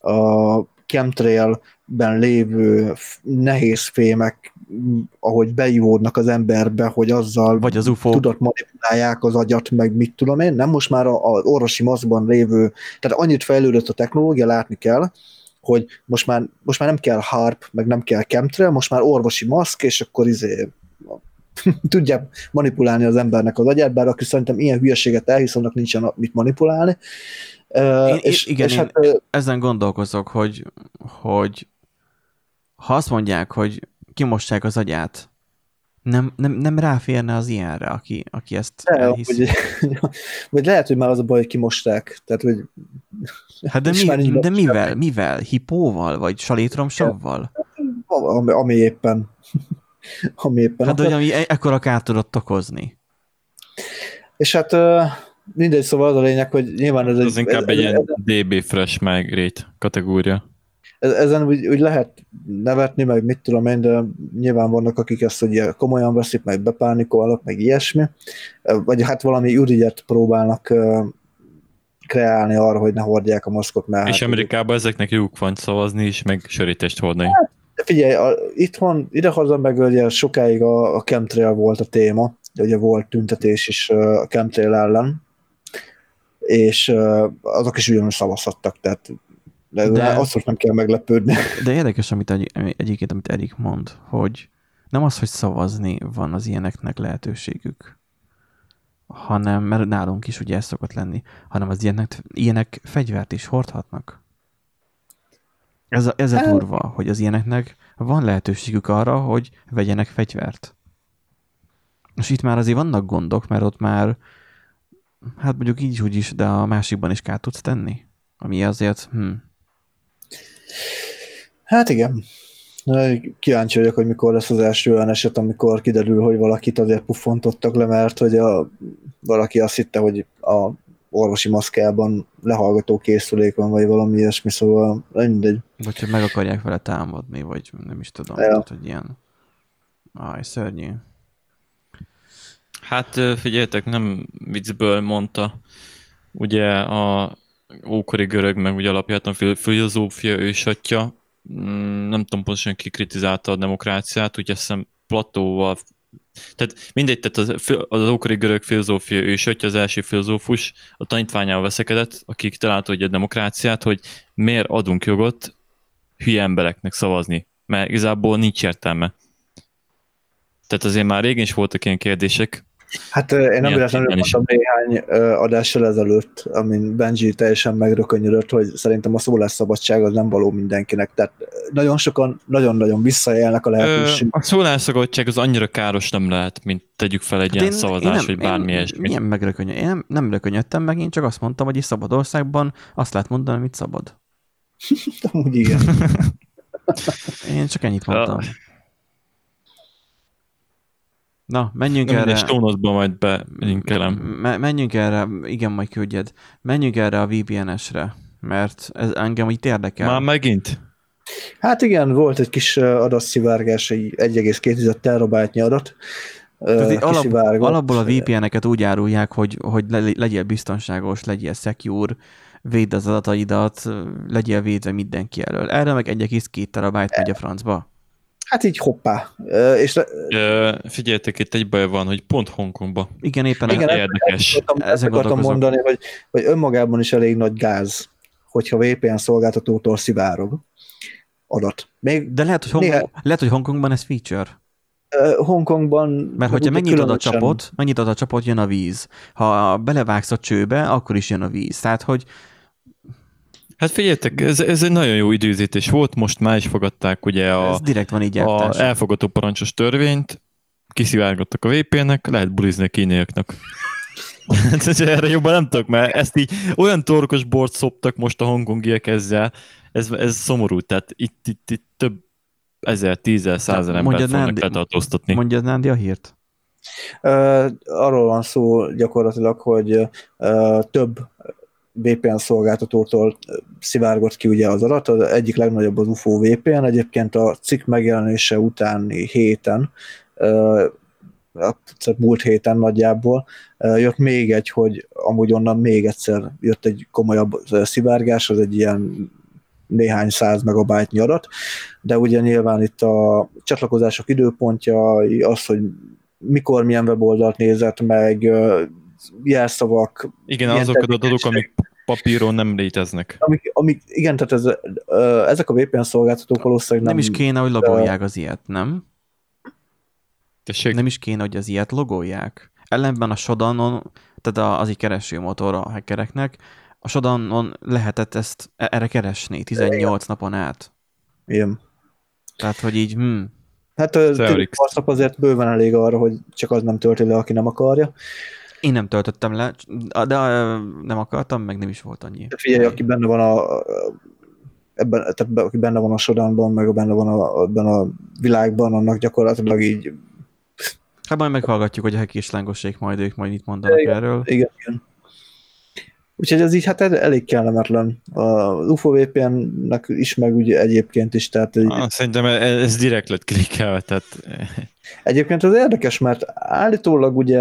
chemtrailben lévő nehéz fémek, ahogy beivódnak az emberbe, hogy azzal vagy az UFO tudott manipulálják az agyat, meg mit tudom én, nem most már az orvosi maszkban lévő, tehát annyit fejlődött a technológia, látni kell, hogy most már nem kell HAARP, meg nem kell chemtrail, most már orvosi maszk, és akkor tudják manipulálni az embernek az agyát, bár aki szerintem ilyen hülyeséget elhisz, annak nincsen mit manipulálni. Igen, hát, ezen gondolkozok, hogy ha azt mondják, hogy kimossák az agyát, nem ráférne az ilyenre, aki ezt elhiszi. Vagy lehet, hogy már az a baj, hogy kimosták. Tehát, hogy hát de mivel? Hipóval? Vagy salétromsavval? Ami éppen. Hát, hogy ami ekkora kárt tudott okozni. És hát mindegy, szóval az a lényeg, hogy nyilván ez inkább egy ilyen DB Fresh Migrate kategória. Ezen úgy lehet nevetni, meg mit tudom én, de nyilván vannak, akik ezt ugye komolyan veszik, meg bepánikolnak, meg ilyesmi. Vagy hát valami ürügyet próbálnak kreálni arra, hogy ne hordják a maszkot. Mert és hát, Amerikában ezeknek jók van szavazni is, meg sörítést hordani. Hát, figyelj, itthon, idehaza meg ugye sokáig a chemtrail volt a téma, de ugye volt tüntetés is a chemtrail ellen, és azok is ugyanúgy szavazhattak, tehát de azt most nem kell meglepődni. De érdekes, egyébként, amit Erik mond, hogy nem az, hogy szavazni van az ilyeneknek lehetőségük, hanem, mert nálunk is ugye ez szokott lenni, hanem az ilyenek fegyvert is hordhatnak. Ez a durva, hogy az ilyeneknek van lehetőségük arra, hogy vegyenek fegyvert. És itt már azért vannak gondok, mert ott már, hát mondjuk így úgy is, de a másikban is kárt tudsz tenni. Ami azért, Hát igen. Kíváncsi vagyok, hogy mikor lesz az első olyan eset, amikor kiderül, hogy valakit azért puffontottak le, mert hogy valaki azt hitte, hogy a orvosi maszkában lehallgató készülék van, vagy valami ilyesmi, szóval mindegy. Vagy hogy meg akarják vele támadni, vagy nem is tudom, tehát, hogy ilyen szörnyű. Hát figyeljetek, nem viccből mondta, ugye a ókori görög, meg ugye alapjában filozófia ősatja, nem tudom pontosan ki kritizálta a demokráciát, ugye azt hiszem Platóval, tehát mindegy, tehát az ókori görög filozófia ősatja, az első filozófus a tanítványával veszekedett, akik találta ugye a demokráciát, hogy miért adunk jogot hülye embereknek szavazni, mert igazából nincs értelme. Tehát azért már régen is voltak ilyen kérdések. Hát én nem véletlenül mondtam néhány adással ezelőtt, amin Benji teljesen megrökönyörött, hogy szerintem a szólásszabadság az nem való mindenkinek. Tehát nagyon sokan nagyon-nagyon visszajelnek a lehetőség. A szólásszabadság az annyira káros nem lehet, mint tegyük fel egy ilyen szavazás, vagy bármi ilyesmi. Milyen megrökönyödtem? Én nem rökönyödtem meg, én csak azt mondtam, hogy egy szabad országban azt lehet mondani, amit szabad. Amúgy igen. Én csak ennyit mondtam. Na, menjünk erre. És tónuszban majd belinkelem. Menjünk erre, igen, majd küldjed. Menjünk erre a VPN-esre, mert ez engem itt érdekel. Már megint? Hát igen, volt egy kis adatszivárgás, egy 1,2 terabájtnyi adat. Alapból a VPN-eket úgy árulják, hogy legyél biztonságos, legyél secure, védd az adataidat, legyél védve mindenki elől. Erre meg 1,2 terabájt megy a francba. Hát így hoppá. Figyeljetek, itt egy baj van, hogy pont Hongkongban. Igen, éppen érdekes. Ezt akartam mondani, hogy önmagában is elég nagy gáz, hogyha VPN szolgáltatótól szivárog adat. De lehet, hogy Hongkongban ez feature. Hongkongban... Mert hogyha megnyitod a csapot, jön a víz. Ha belevágsz a csőbe, akkor is jön a víz. Tehát, hogy hát figyeljetek, ez egy nagyon jó időzítés volt, most már is fogadták ugye ez direkt van így a elfogadó parancsos törvényt, kiszivárgottak a VPN-nek, lehet bulizni a kínaiaknak. Erre jobban nem tudok, mert ezt így olyan torkos bort szoptak most a hongkongiek ezzel, ez szomorú, tehát itt több 1000-100 embert fognak letartóztatni. Mondjad Nándi a hírt? Arról van szó gyakorlatilag, hogy több VPN szolgáltatótól szivárgott ki ugye az adat, az egyik legnagyobb az UFO VPN, egyébként a cikk megjelenése utáni héten, múlt héten nagyjából jött még egy, hogy amúgy onnan még egyszer jött egy komolyabb szivárgás, az egy ilyen néhány 100 megabájtnyi adat, de ugye nyilván itt a csatlakozások időpontja, az, hogy mikor milyen weboldalt nézett meg, jelszavak. Igen, azok az adatok, amik papíron nem léteznek. Igen, tehát ezek a VPN szolgáltatók valószínűleg nem is kéne, hogy logolják az ilyet, nem? Tessék? Nem is kéne, hogy az ilyet logolják. Ellenben a Shodanon, tehát az egy keresőmotor a hackereknek, a Shodanon lehetett ezt erre keresni 18 napon át. Igen. Tehát, hogy így, Hát nap azért bőven elég arra, hogy csak az nem tölti le, aki nem akarja. Én nem töltöttem le, de nem akartam, meg nem is volt annyi. Figyelj, aki benne van aki benne van a Shodanban, meg benne van ebben a világban, annak gyakorlatilag így... Hát majd meghallgatjuk, hogy a Hekés Lángosék majd ők majd mit mondanak erről. Igen. Úgyhogy ez így hát elég kellemetlen. Az UFO VPN-nek is, meg ugye egyébként is. Tehát szerintem ez direkt lett klikkelve. Tehát... Egyébként ez érdekes, mert állítólag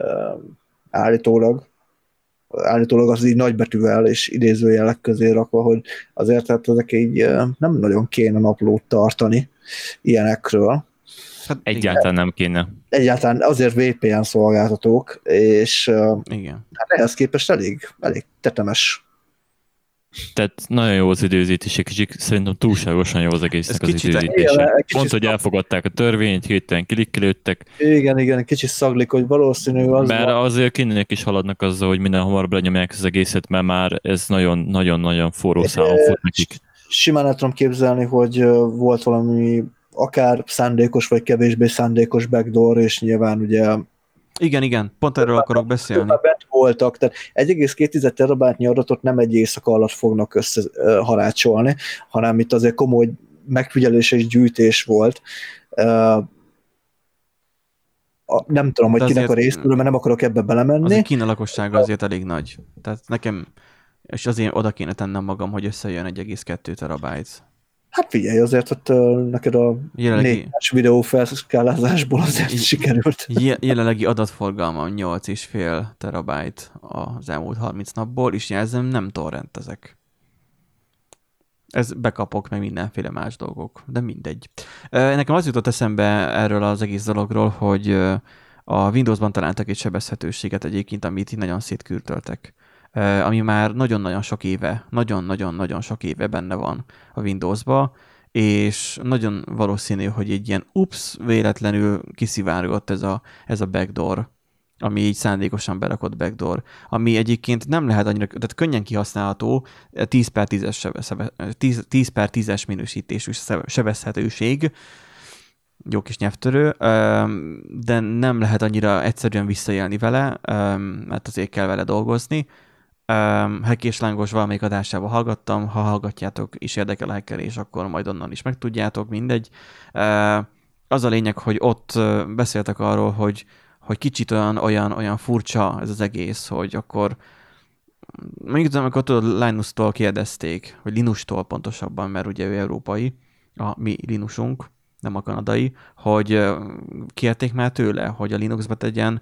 az így nagybetűvel és idézőjelek közé rakva, hogy azért hát ezek így nem nagyon kéne naplót tartani ilyenekről. Hát egyáltalán nem kéne. Egyáltalán azért VPN szolgáltatók, és igen. Hát ehhez képest elég tetemes. Tehát nagyon jó az időzítés, kicsit szerintem túlságosan jó az egésznek az időzítése. Pont, hogy elfogadták a törvényt, hirtelen klikkelődtek. Igen, kicsit szaglik, hogy valószínű az... Mert azért kinőnek is haladnak azzal, hogy minden hamarabb lenyomják az egészet, mert már ez nagyon-nagyon forró számon fut nekik. Simán el tudom képzelni, hogy volt valami akár szándékos vagy kevésbé szándékos backdoor, és nyilván ugye... Igen, pont erről akarok beszélni. Voltak, tehát 1,2 terabájtnyi adatot nem egy éjszaka alatt fognak összeharácsolni, hanem itt azért komoly megfigyelés és gyűjtés volt. Nem tudom, hogy kinek a részről, mert nem akarok ebbe belemenni. Az a Kína lakossága azért elég nagy. Tehát nekem, és azért oda kéne tennem magam, hogy összejön 1,2 terabájt. Hát figyelj, azért ott neked a négyes videó felszkálázásból azért sikerült. Jelenlegi adatforgalmam 8,5 terabájt az elmúlt 30 napból, és jelzem, nem torrentezek. Ez bekapok, meg mindenféle más dolgok, de mindegy. Nekem az jutott eszembe erről az egész dologról, hogy a Windowsban találtak egy sebezhetőséget egyébként, amit így nagyon szétkürtöltek. Ami már nagyon-nagyon sok éve benne van a Windowsba, és nagyon valószínű, hogy egy ilyen véletlenül kiszivárgott ez a backdoor, ami így szándékosan berakott backdoor, ami egyébként nem lehet annyira, tehát könnyen kihasználható, 10/10-es minősítésű sebezhetőség, jó kis nyelvtörő, de nem lehet annyira egyszerűen visszaélni vele, mert azért kell vele dolgozni. Hekés Lángos valamelyik adásában hallgattam, ha hallgatjátok és érdekel a hackerés, akkor majd onnan is megtudjátok, mindegy. Az a lényeg, hogy ott beszéltek arról, hogy kicsit olyan furcsa ez az egész, hogy akkor mondjuk amikor tudod, Linus-tól kérdezték, vagy Linus-tól pontosabban, mert ugye ő európai, a mi Linusunk, nem a kanadai, hogy kérték már tőle, hogy a Linuxba tegyen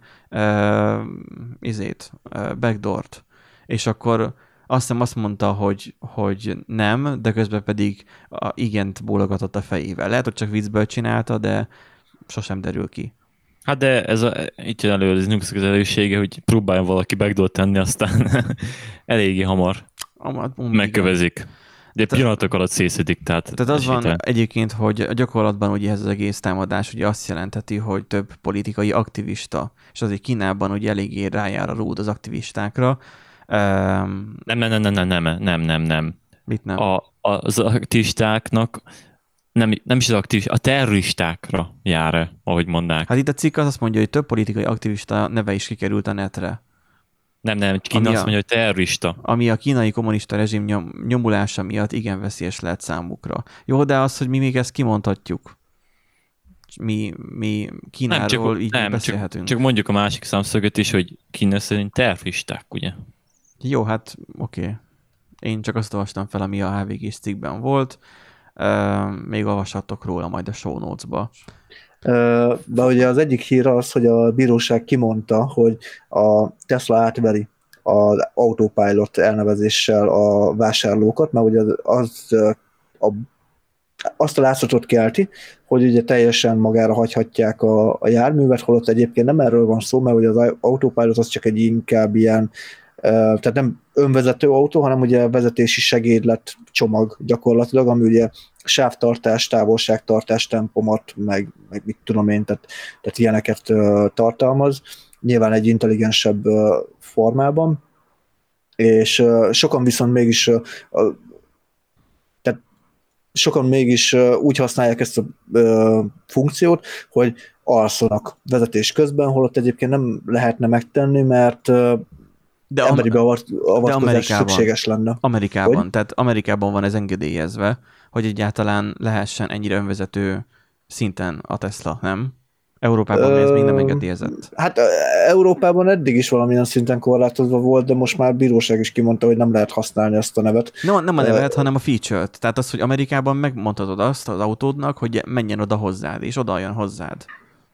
backdoort. És akkor azt mondta, hogy nem, de közben pedig igent bólogatott a fejével. Lehet, hogy csak viccből csinálta, de sosem derül ki. Hát de itt jön elő az Linux elősége, hogy próbáljon valaki backdoor tenni, aztán eléggé hamar megkövezik. De pillanatok alatt szészedik, tehát az van egyébként, hogy a gyakorlatban ugye ez az egész támadás ugye azt jelenteti, hogy több politikai aktivista, és azért Kínában ugye eléggé rájár a rúd az aktivistákra. Nem. Mit nem? Az aktivistáknak nem is a terroristákra jár, ahogy mondják. Hát itt a cikk azt mondja, hogy több politikai aktivista neve is kikerült a netre. Nem, Kína azt mondja, hogy terrorista. Ami a kínai kommunista rezsim nyomulása miatt igen veszélyes lehet számukra. Jó, de az, hogy mi még ezt kimondhatjuk. Mi Kínáról így beszélhetünk. Csak mondjuk a másik számszöget is, hogy Kína szerint terroristák, ugye? Jó, hát oké. Én csak azt olvastam fel, ami a HVG-s cikkben volt. Még olvashattok róla majd a show notes-ba. De ugye az egyik hír az, hogy a bíróság kimondta, hogy a Tesla átveri az Autopilot elnevezéssel a vásárlókat, mert ugye azt a látszatot kelti, hogy ugye teljesen magára hagyhatják a járművet, holott egyébként nem erről van szó, mert ugye az Autopilot az csak egy inkább ilyen tehát nem önvezető autó, hanem ugye vezetési segédlet csomag gyakorlatilag, ami ugye sávtartás, távolságtartás, tempomat, meg mit tudom én, tehát ilyeneket tartalmaz. Nyilván egy intelligensebb formában, és sokan viszont mégis sokan mégis úgy használják ezt a funkciót, hogy alszanak vezetés közben, holott egyébként nem lehetne megtenni, mert emberi beavatkozás szükséges lenne. Amerikában, hogy? Tehát Amerikában van ez engedélyezve, hogy egyáltalán lehessen ennyire önvezető szinten a Tesla, nem? Európában ez még nem engedélyezett. Hát Európában eddig is valamilyen szinten korlátozva volt, de most már bíróság is kimondta, hogy nem lehet használni ezt a nevet. Nem a nevet, hanem a feature-t. Tehát az, hogy Amerikában megmondhatod azt az autódnak, hogy menjen oda hozzád, és oda jön hozzád.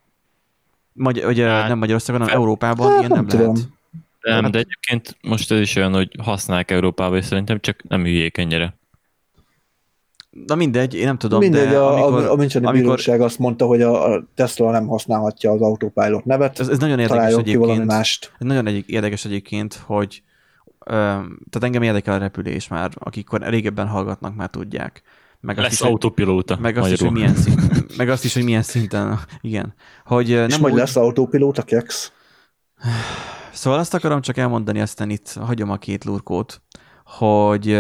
Nem Magyarországon, hanem Európában ilyen nem tudom. lehet. Nem, de egyébként most ez is olyan, hogy használják Európában, és szerintem csak nem hülyék ennyire. Na mindegy, én nem tudom, mindegy, de a Müncheni bíróság azt mondta, hogy a Tesla nem használhatja az Autopilot nevet. Ez nagyon érdekes egyébként. Ez nagyon érdekes egyébként, hogy tehát engem érdekel a repülés már, akik régebben hallgatnak, már tudják. Lesz autopilóta. Meg azt is, hogy milyen szinten. Igen. Hogy és majd lesz autopilóta, keks? Szóval azt akarom csak elmondani, aztán itt hagyom a két lurkót, hogy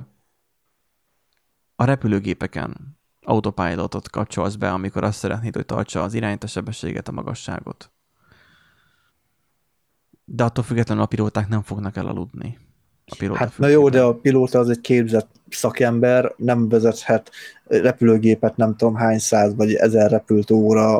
a repülőgépeken autopilotot kapcsolsz be, amikor azt szeretnéd, hogy tartsa az irányt, a sebességet, a magasságot. De attól függetlenül a pilóták nem fognak elaludni. Hát na jó, de a pilóta az egy képzett szakember, nem vezethet repülőgépet nem tudom hány száz vagy 1000 repült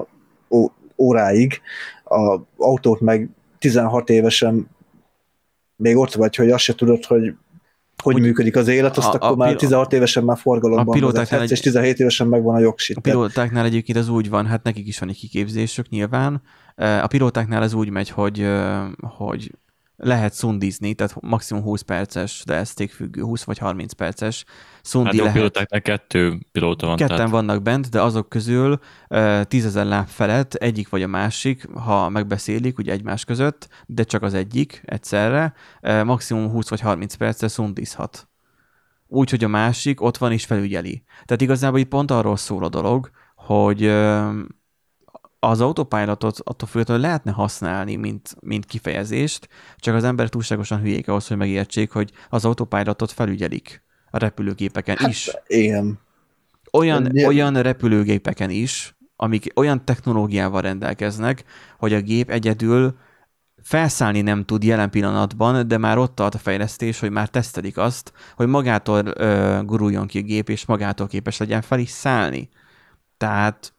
óráig. Az autót meg 16 évesen még ott vagy, hogy azt se tudod, hogy működik az élet, azt akkor már 16 évesen már forgalomban vezethetsz, és 17 évesen megvan a jogsit. A pilótáknál egyébként ez úgy van, hát nekik is van egy kiképzésük nyilván. A pilótáknál ez úgy megy, hogy lehet szundizni, tehát maximum 20 perces, de ez függő, 20 vagy 30 perces szundi lehet. A pilótáknál 2 pilóta van. Ketten vannak bent, de azok közül 10 000 láb felett egyik vagy a másik, ha megbeszélik ugye egymás között, de csak az egyik egyszerre, maximum 20 vagy 30 perccel szundizhat. Úgy, hogy a másik ott van és felügyeli. Tehát igazából itt pont arról szól a dolog, hogy az autopilotot attól függetlenül lehetne használni, mint kifejezést, csak az emberek túlságosan hülyék ahhoz, hogy megértsék, hogy az autopilotot felügyelik a repülőgépeken is. Igen. Olyan repülőgépeken is, amik olyan technológiával rendelkeznek, hogy a gép egyedül felszállni nem tud jelen pillanatban, de már ott tart a fejlesztés, hogy már tesztelik azt, hogy magától guruljon ki a gép, és magától képes legyen fel is szállni. Tehát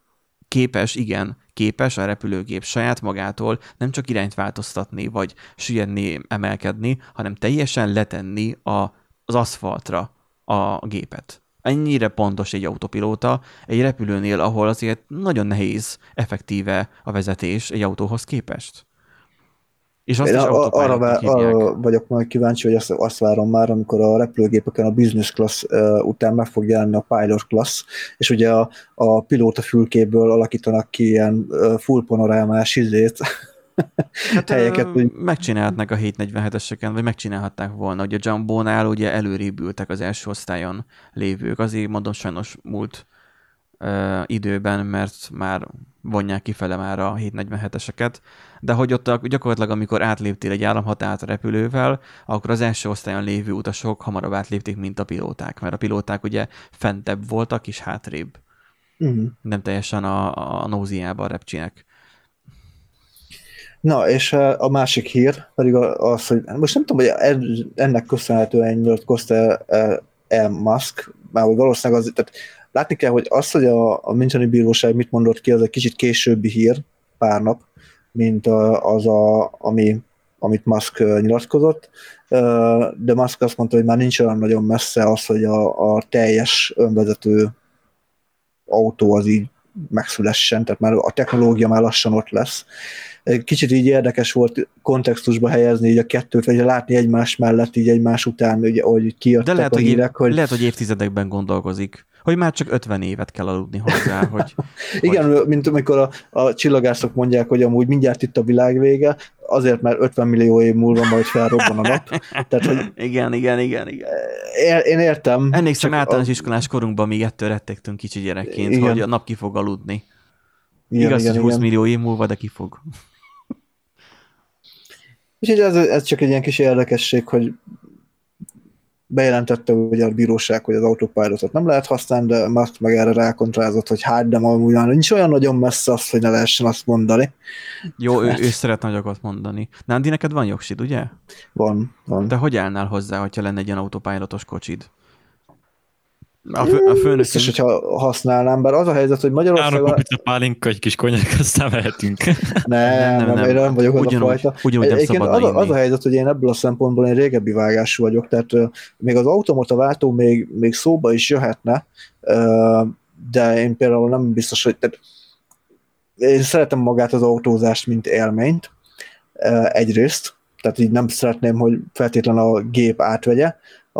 képes a repülőgép saját magától nem csak irányt változtatni, vagy süllyedni, emelkedni, hanem teljesen letenni az aszfaltra a gépet. Ennyire pontos egy autopilóta egy repülőnél, ahol azért nagyon nehéz effektíve a vezetés egy autóhoz képest. És azt arra vagyok majd kíváncsi, hogy azt várom már, amikor a repülőgépeken a business class után meg fog jelenni a pilot class, és ugye a pilóta fülkéből alakítanak ki ilyen full panorámás helyeket. Megcsinálhatnak a 747-eseken, vagy megcsinálhatták volna. Ugye a Jumbo-nál ugye előrébb ültek az első osztályon lévők. Azért mondom sajnos múlt időben, mert már vonják kifele már a 747-eseket, de hogy ott gyakorlatilag, amikor átléptél egy államhatárt a repülővel, akkor az első osztályon lévő utasok hamarabb átlépték, mint a pilóták, mert a pilóták ugye fentebb voltak és hátrébb. Nem teljesen a nóziában repcsinek. Na, és a másik hír pedig az, hogy most nem tudom, hogy ennek köszönhetően nyilatkozta Musk, már hogy valószínűleg az, tehát látni kell, hogy az, hogy a Müncheni bíróság mit mondott ki, az egy kicsit későbbi hír, pár nap, mint amit Musk nyilatkozott, de Musk azt mondta, hogy már nincs olyan nagyon messze az, hogy a teljes önvezető autó az így megszülessen, tehát már a technológia már lassan ott lesz. Kicsit így érdekes volt kontextusba helyezni így a kettőt, vagy látni egymás mellett, így egymás után, hogy kijöttek de lehet, a hírek. Lehet, hogy évtizedekben gondolkozik. Hogy már csak 50 évet kell aludni hozzá, hogy... Igen, hogy... mint amikor a csillagászok mondják, hogy amúgy mindjárt itt a világ vége, azért, mert 50 millió év múlva majd felrobban a nap. Tehát, hogy igen. Én értem. Emlékszem, általános iskolás korunkban még ettől rettegtünk kicsi gyerekként, igen. Hogy a nap ki fog aludni. Igaz, hogy 20 millió év múlva, de ki fog. Úgyhogy ez csak egy ilyen kis érdekesség, hogy bejelentette ugye a bíróság, hogy az autopilotot nem lehet használni, de Musk meg erre rákontrázott, hogy hát, de amúgy nincs olyan nagyon messze az, hogy ne lehessen azt mondani. Jó, ő szeret nagyokat mondani. Nándi, neked van jogsid, ugye? Van. Te hogy állnál hozzá, hogyha lenne egy ilyen autopilotos kocsid? A főnők... Biztos, hogyha használnám, bár az a helyzet, hogy Magyarországon... Árok a pálinka, egy kis konyak, aztán mehetünk. Nem vagyok az a fajta. Ugyanúgy nem szabad az a helyzet, hogy én ebből a szempontból én régebbi vágású vagyok, tehát még az automata váltó még szóba is jöhetne, de én például nem biztos, hogy... Tehát én szeretem magát az autózást, mint élményt, egyrészt, tehát így nem szeretném, hogy feltétlenül a gép átvegye,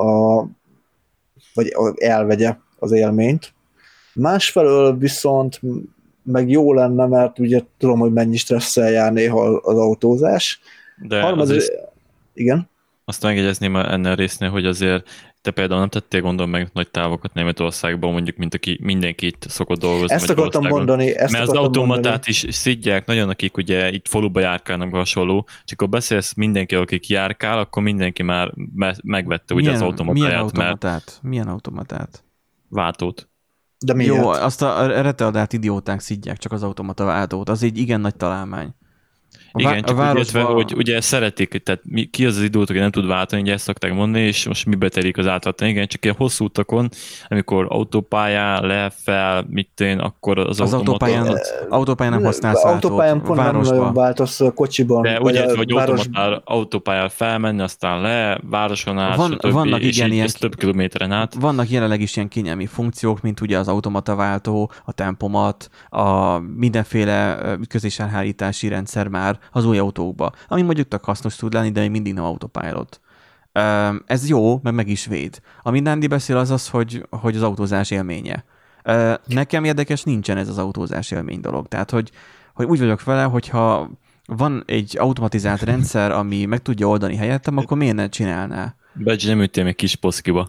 vagy elvegye az élményt. Másfelől viszont meg jó lenne, mert ugye tudom, hogy mennyi stresszel jár néha az autózás. De igen? Azt megjegyezném ennél résznél, hogy azért te például nem tettél gondolom meg nagy távokat Németországban, mondjuk, mint aki mindenki itt szokott dolgozni. Ezt akartam mondani. Mert az automatát is szidják nagyon, akik ugye itt faluba járkálnak hasonló, csak akkor beszélsz mindenki, akik járkál, akkor mindenki már megvette ugye az automatáját. Milyen automatát? Váltót. De miért? Jó, azt a retardált idióták szidják csak az automata váltót. Az egy igen nagy találmány. Igen, csak városban... hogy ugye szeretik, tehát ki az idiót, aki nem tud váltani, ugye ezt szokták mondani, és most mibe telik az átadni. Igen, csak ilyen hosszú utakon, amikor autópályán le-fel, akkor az autópályán nem használsz autópályán pont nem nagyon változ kocsiban. De ugye, hogy autópályán felmenni, aztán le, városon át, vannak és ilyen több kilométeren át. Vannak jelenleg is ilyen kényelmi funkciók, mint ugye az automataváltó, a tempomat, a mindenféle ütközéselhárítási rendszer már az új autókba, ami mondjuk tök hasznos tud lenni, de még mindig nem autopilot. Ez jó, mert meg is véd. Ami Nándi beszél az, hogy az autózás élménye. Nekem érdekes nincsen ez az autózás élmény dolog. Tehát, hogy úgy vagyok vele, hogyha van egy automatizált rendszer, ami meg tudja oldani helyettem, akkor miért ne csinálná? Becsi, nem üttél még kis poszkiba.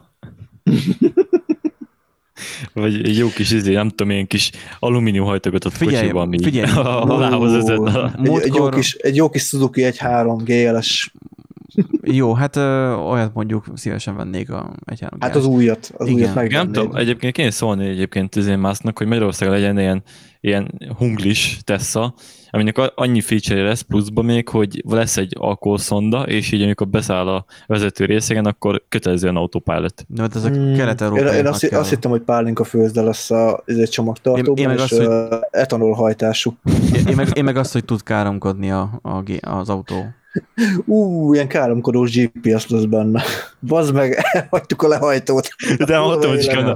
Vagy egy jó kis nem tudom, ilyen kis alumínium hajtogatott kocsiban, ami alához ezzel. Egy jó kis Suzuki 1.3 GLS. Jó, hát olyat mondjuk szívesen vennék a 1.3 GLS. Hát az újat megvennék. Nem tudom, egyébként kéne szólni egyébként Musknak, hogy Magyarországon legyen ilyen hunglis Tesla, aminek annyi feature lesz pluszban még, hogy lesz egy alkoholszonda, és így amikor beszáll a vezető részegen, akkor kötelezően autopilot. No, hát ez a kelet-európai. Én azt hittem, hogy pálinka főzde lesz egy csomagtartóban, és etanol hajtású. Én meg azt, hogy tud káromkodni az autó. Ilyen káromkodós GPS lesz benne. Bazd meg, elhagytuk a lehajtót. De automatikus.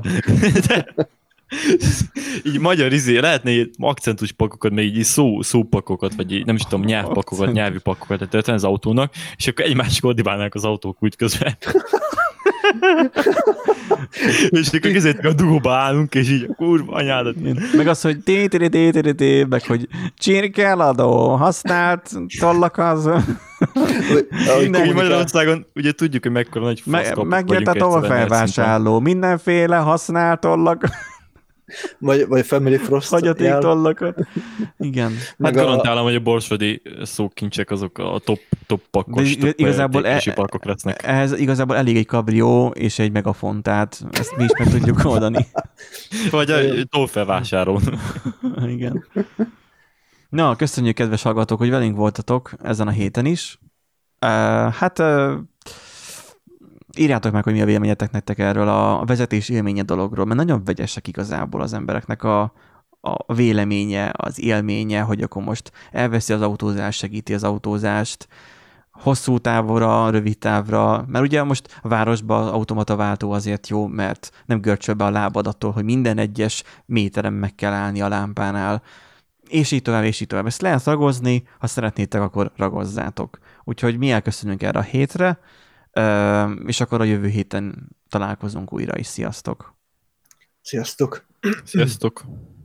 Így magyar lehetne így akcentus pakokat, meg így szópakokat, vagy így, nem is tudom, nyelvpakokat, nyelvi pakokat történni az autónak, és akkor egymás koordinálnák az autók úgy közben. És akkor között a dugóba állunk, és így kurva anyádat. Meg az, hogy meg hogy csirkeladó, használt tollak az. Mindenki Magyarországon ugye tudjuk, hogy mekkora nagy faszkapok vagyunk. Megjött a tolfelvásárló, mindenféle használt tollak. Vagy Family Frost hagyaték tollakat. Igen. Hát garantálom, hogy a borsodi szókincsek azok a top pakkos, pakkok lesznek. Ehhez igazából elég egy kabrió és egy megafon, tehát ezt mi is meg tudjuk oldani. Vagy a tolfelvásárlón. Igen. Na, köszönjük, kedves hallgatók, hogy velünk voltatok ezen a héten is. Írjátok meg, hogy mi a véleményetek nektek erről a vezetés élménye dologról, mert nagyon vegyesek igazából az embereknek a véleménye, az élménye, hogy akkor most elveszi az autózást, segíti az autózást, hosszú távra, rövid távra, mert ugye most a városban az automataváltó azért jó, mert nem görcsöl be a lábad attól, hogy minden egyes méteren meg kell állni a lámpánál, és így tovább, és így tovább. Ezt lehet ragozni, ha szeretnétek, akkor ragozzátok. Úgyhogy mi elköszönünk erre a hétre, és akkor a jövő héten találkozunk újra is. Sziasztok! Sziasztok! Sziasztok!